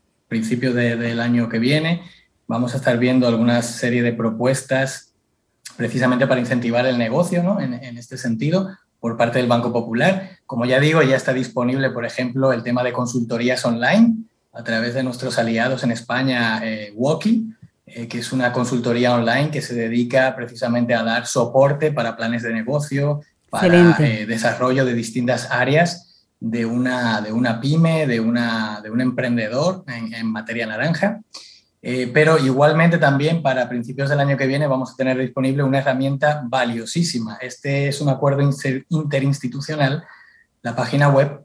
Speaker 10: principios del año que viene, vamos a estar viendo alguna serie de propuestas precisamente para incentivar el negocio, ¿no? en este sentido, por parte del Banco Popular. Como ya digo, ya está disponible, por ejemplo, el tema de consultorías online a través de nuestros aliados en España, Woki, que es una consultoría online que se dedica precisamente a dar soporte para planes de negocio, para desarrollo de distintas áreas de una pyme, de un emprendedor en materia naranja. Pero igualmente también para principios del año que viene vamos a tener disponible una herramienta valiosísima. Este es un acuerdo interinstitucional, la página web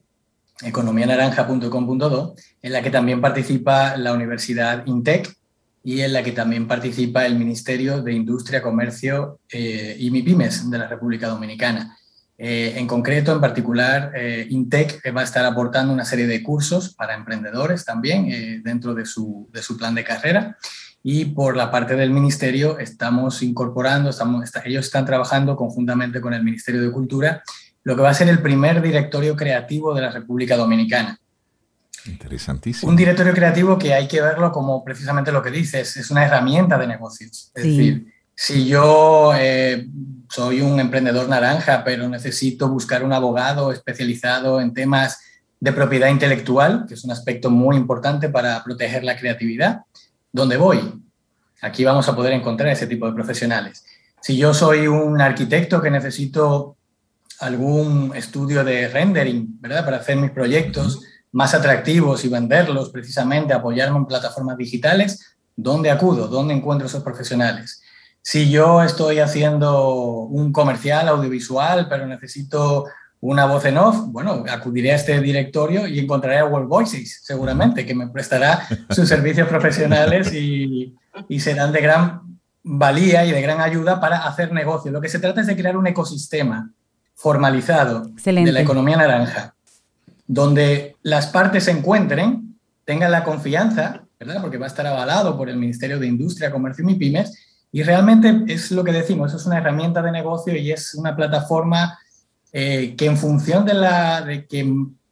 Speaker 10: economianaranja.com.do, en la que también participa la Universidad INTEC y en la que también participa el Ministerio de Industria, Comercio y MIPYMES de la República Dominicana. En concreto, en particular, INTEC va a estar aportando una serie de cursos para emprendedores también dentro de su plan de carrera. Y por la parte del Ministerio estamos incorporando, ellos están trabajando conjuntamente con el Ministerio de Cultura, lo que va a ser el primer directorio creativo de la República Dominicana.
Speaker 1: Interesantísimo.
Speaker 10: Un directorio creativo que hay que verlo como precisamente lo que dices, es una herramienta de negocios. Es decir, si yo soy un emprendedor naranja, pero necesito buscar un abogado especializado en temas de propiedad intelectual, que es un aspecto muy importante para proteger la creatividad, ¿dónde voy? Aquí vamos a poder encontrar ese tipo de profesionales. Si yo soy un arquitecto que necesito algún estudio de rendering, ¿verdad?, para hacer mis proyectos más atractivos y venderlos, precisamente apoyarme en plataformas digitales, ¿dónde acudo? ¿Dónde encuentro esos profesionales? Si yo estoy haciendo un comercial audiovisual, pero necesito una voz en off, bueno, acudiré a este directorio y encontraré a World Voices, seguramente, que me prestará sus servicios profesionales y serán de gran valía y de gran ayuda para hacer negocio. Lo que se trata es de crear un ecosistema formalizado de la economía naranja, donde las partes se encuentren, tengan la confianza, ¿verdad?, porque va a estar avalado por el Ministerio de Industria, Comercio y MIPYMES, y realmente es lo que decimos, es una herramienta de negocio y es una plataforma que en función de que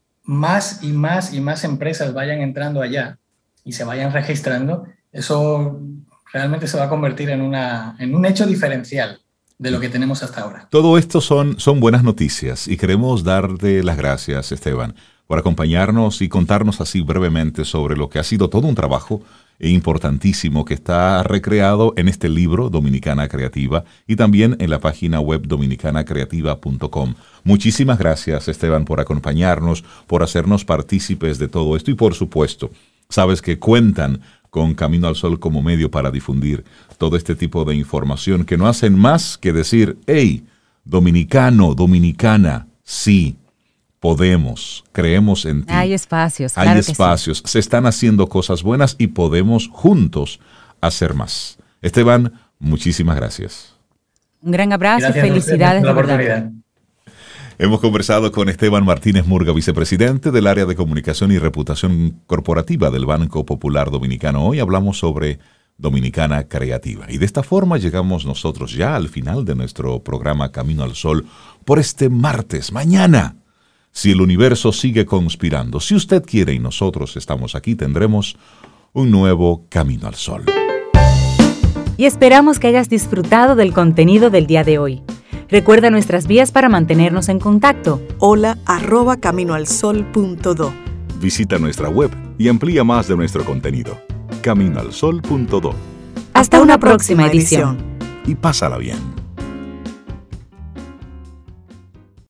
Speaker 10: más y más empresas vayan entrando allá y se vayan registrando, eso realmente se va a convertir en un hecho diferencial de lo que tenemos hasta ahora.
Speaker 1: Todo esto son buenas noticias y queremos darte las gracias, Esteban, por acompañarnos y contarnos así brevemente sobre lo que ha sido todo un trabajo importantísimo que está recreado en este libro Dominicana Creativa y también en la página web dominicanacreativa.com. Muchísimas gracias, Esteban, por acompañarnos, por hacernos partícipes de todo esto y, por supuesto, sabes que cuentan con Camino al Sol como medio para difundir todo este tipo de información que no hacen más que decir, hey, dominicano, dominicana, sí, podemos, creemos en ti.
Speaker 3: Hay espacios,
Speaker 1: claro. Hay espacios, se están haciendo cosas buenas y podemos juntos hacer más. Esteban, muchísimas gracias.
Speaker 3: Un gran abrazo y felicidades.
Speaker 10: Por la oportunidad.
Speaker 1: Hemos conversado con Esteban Martínez Murga, vicepresidente del área de comunicación y reputación corporativa del Banco Popular Dominicano. Hoy hablamos sobre Dominicana Creativa. Y de esta forma llegamos nosotros ya al final de nuestro programa Camino al Sol por este martes. Mañana, si el universo sigue conspirando, si usted quiere y nosotros estamos aquí, tendremos un nuevo Camino al Sol.
Speaker 4: Y esperamos que hayas disfrutado del contenido del día de hoy. Recuerda nuestras vías para mantenernos en contacto.
Speaker 5: hola@caminoalsol.do.
Speaker 1: Visita nuestra web y amplía más de nuestro contenido. caminoalsol.do.
Speaker 4: Hasta una próxima edición.
Speaker 1: Y pásala bien.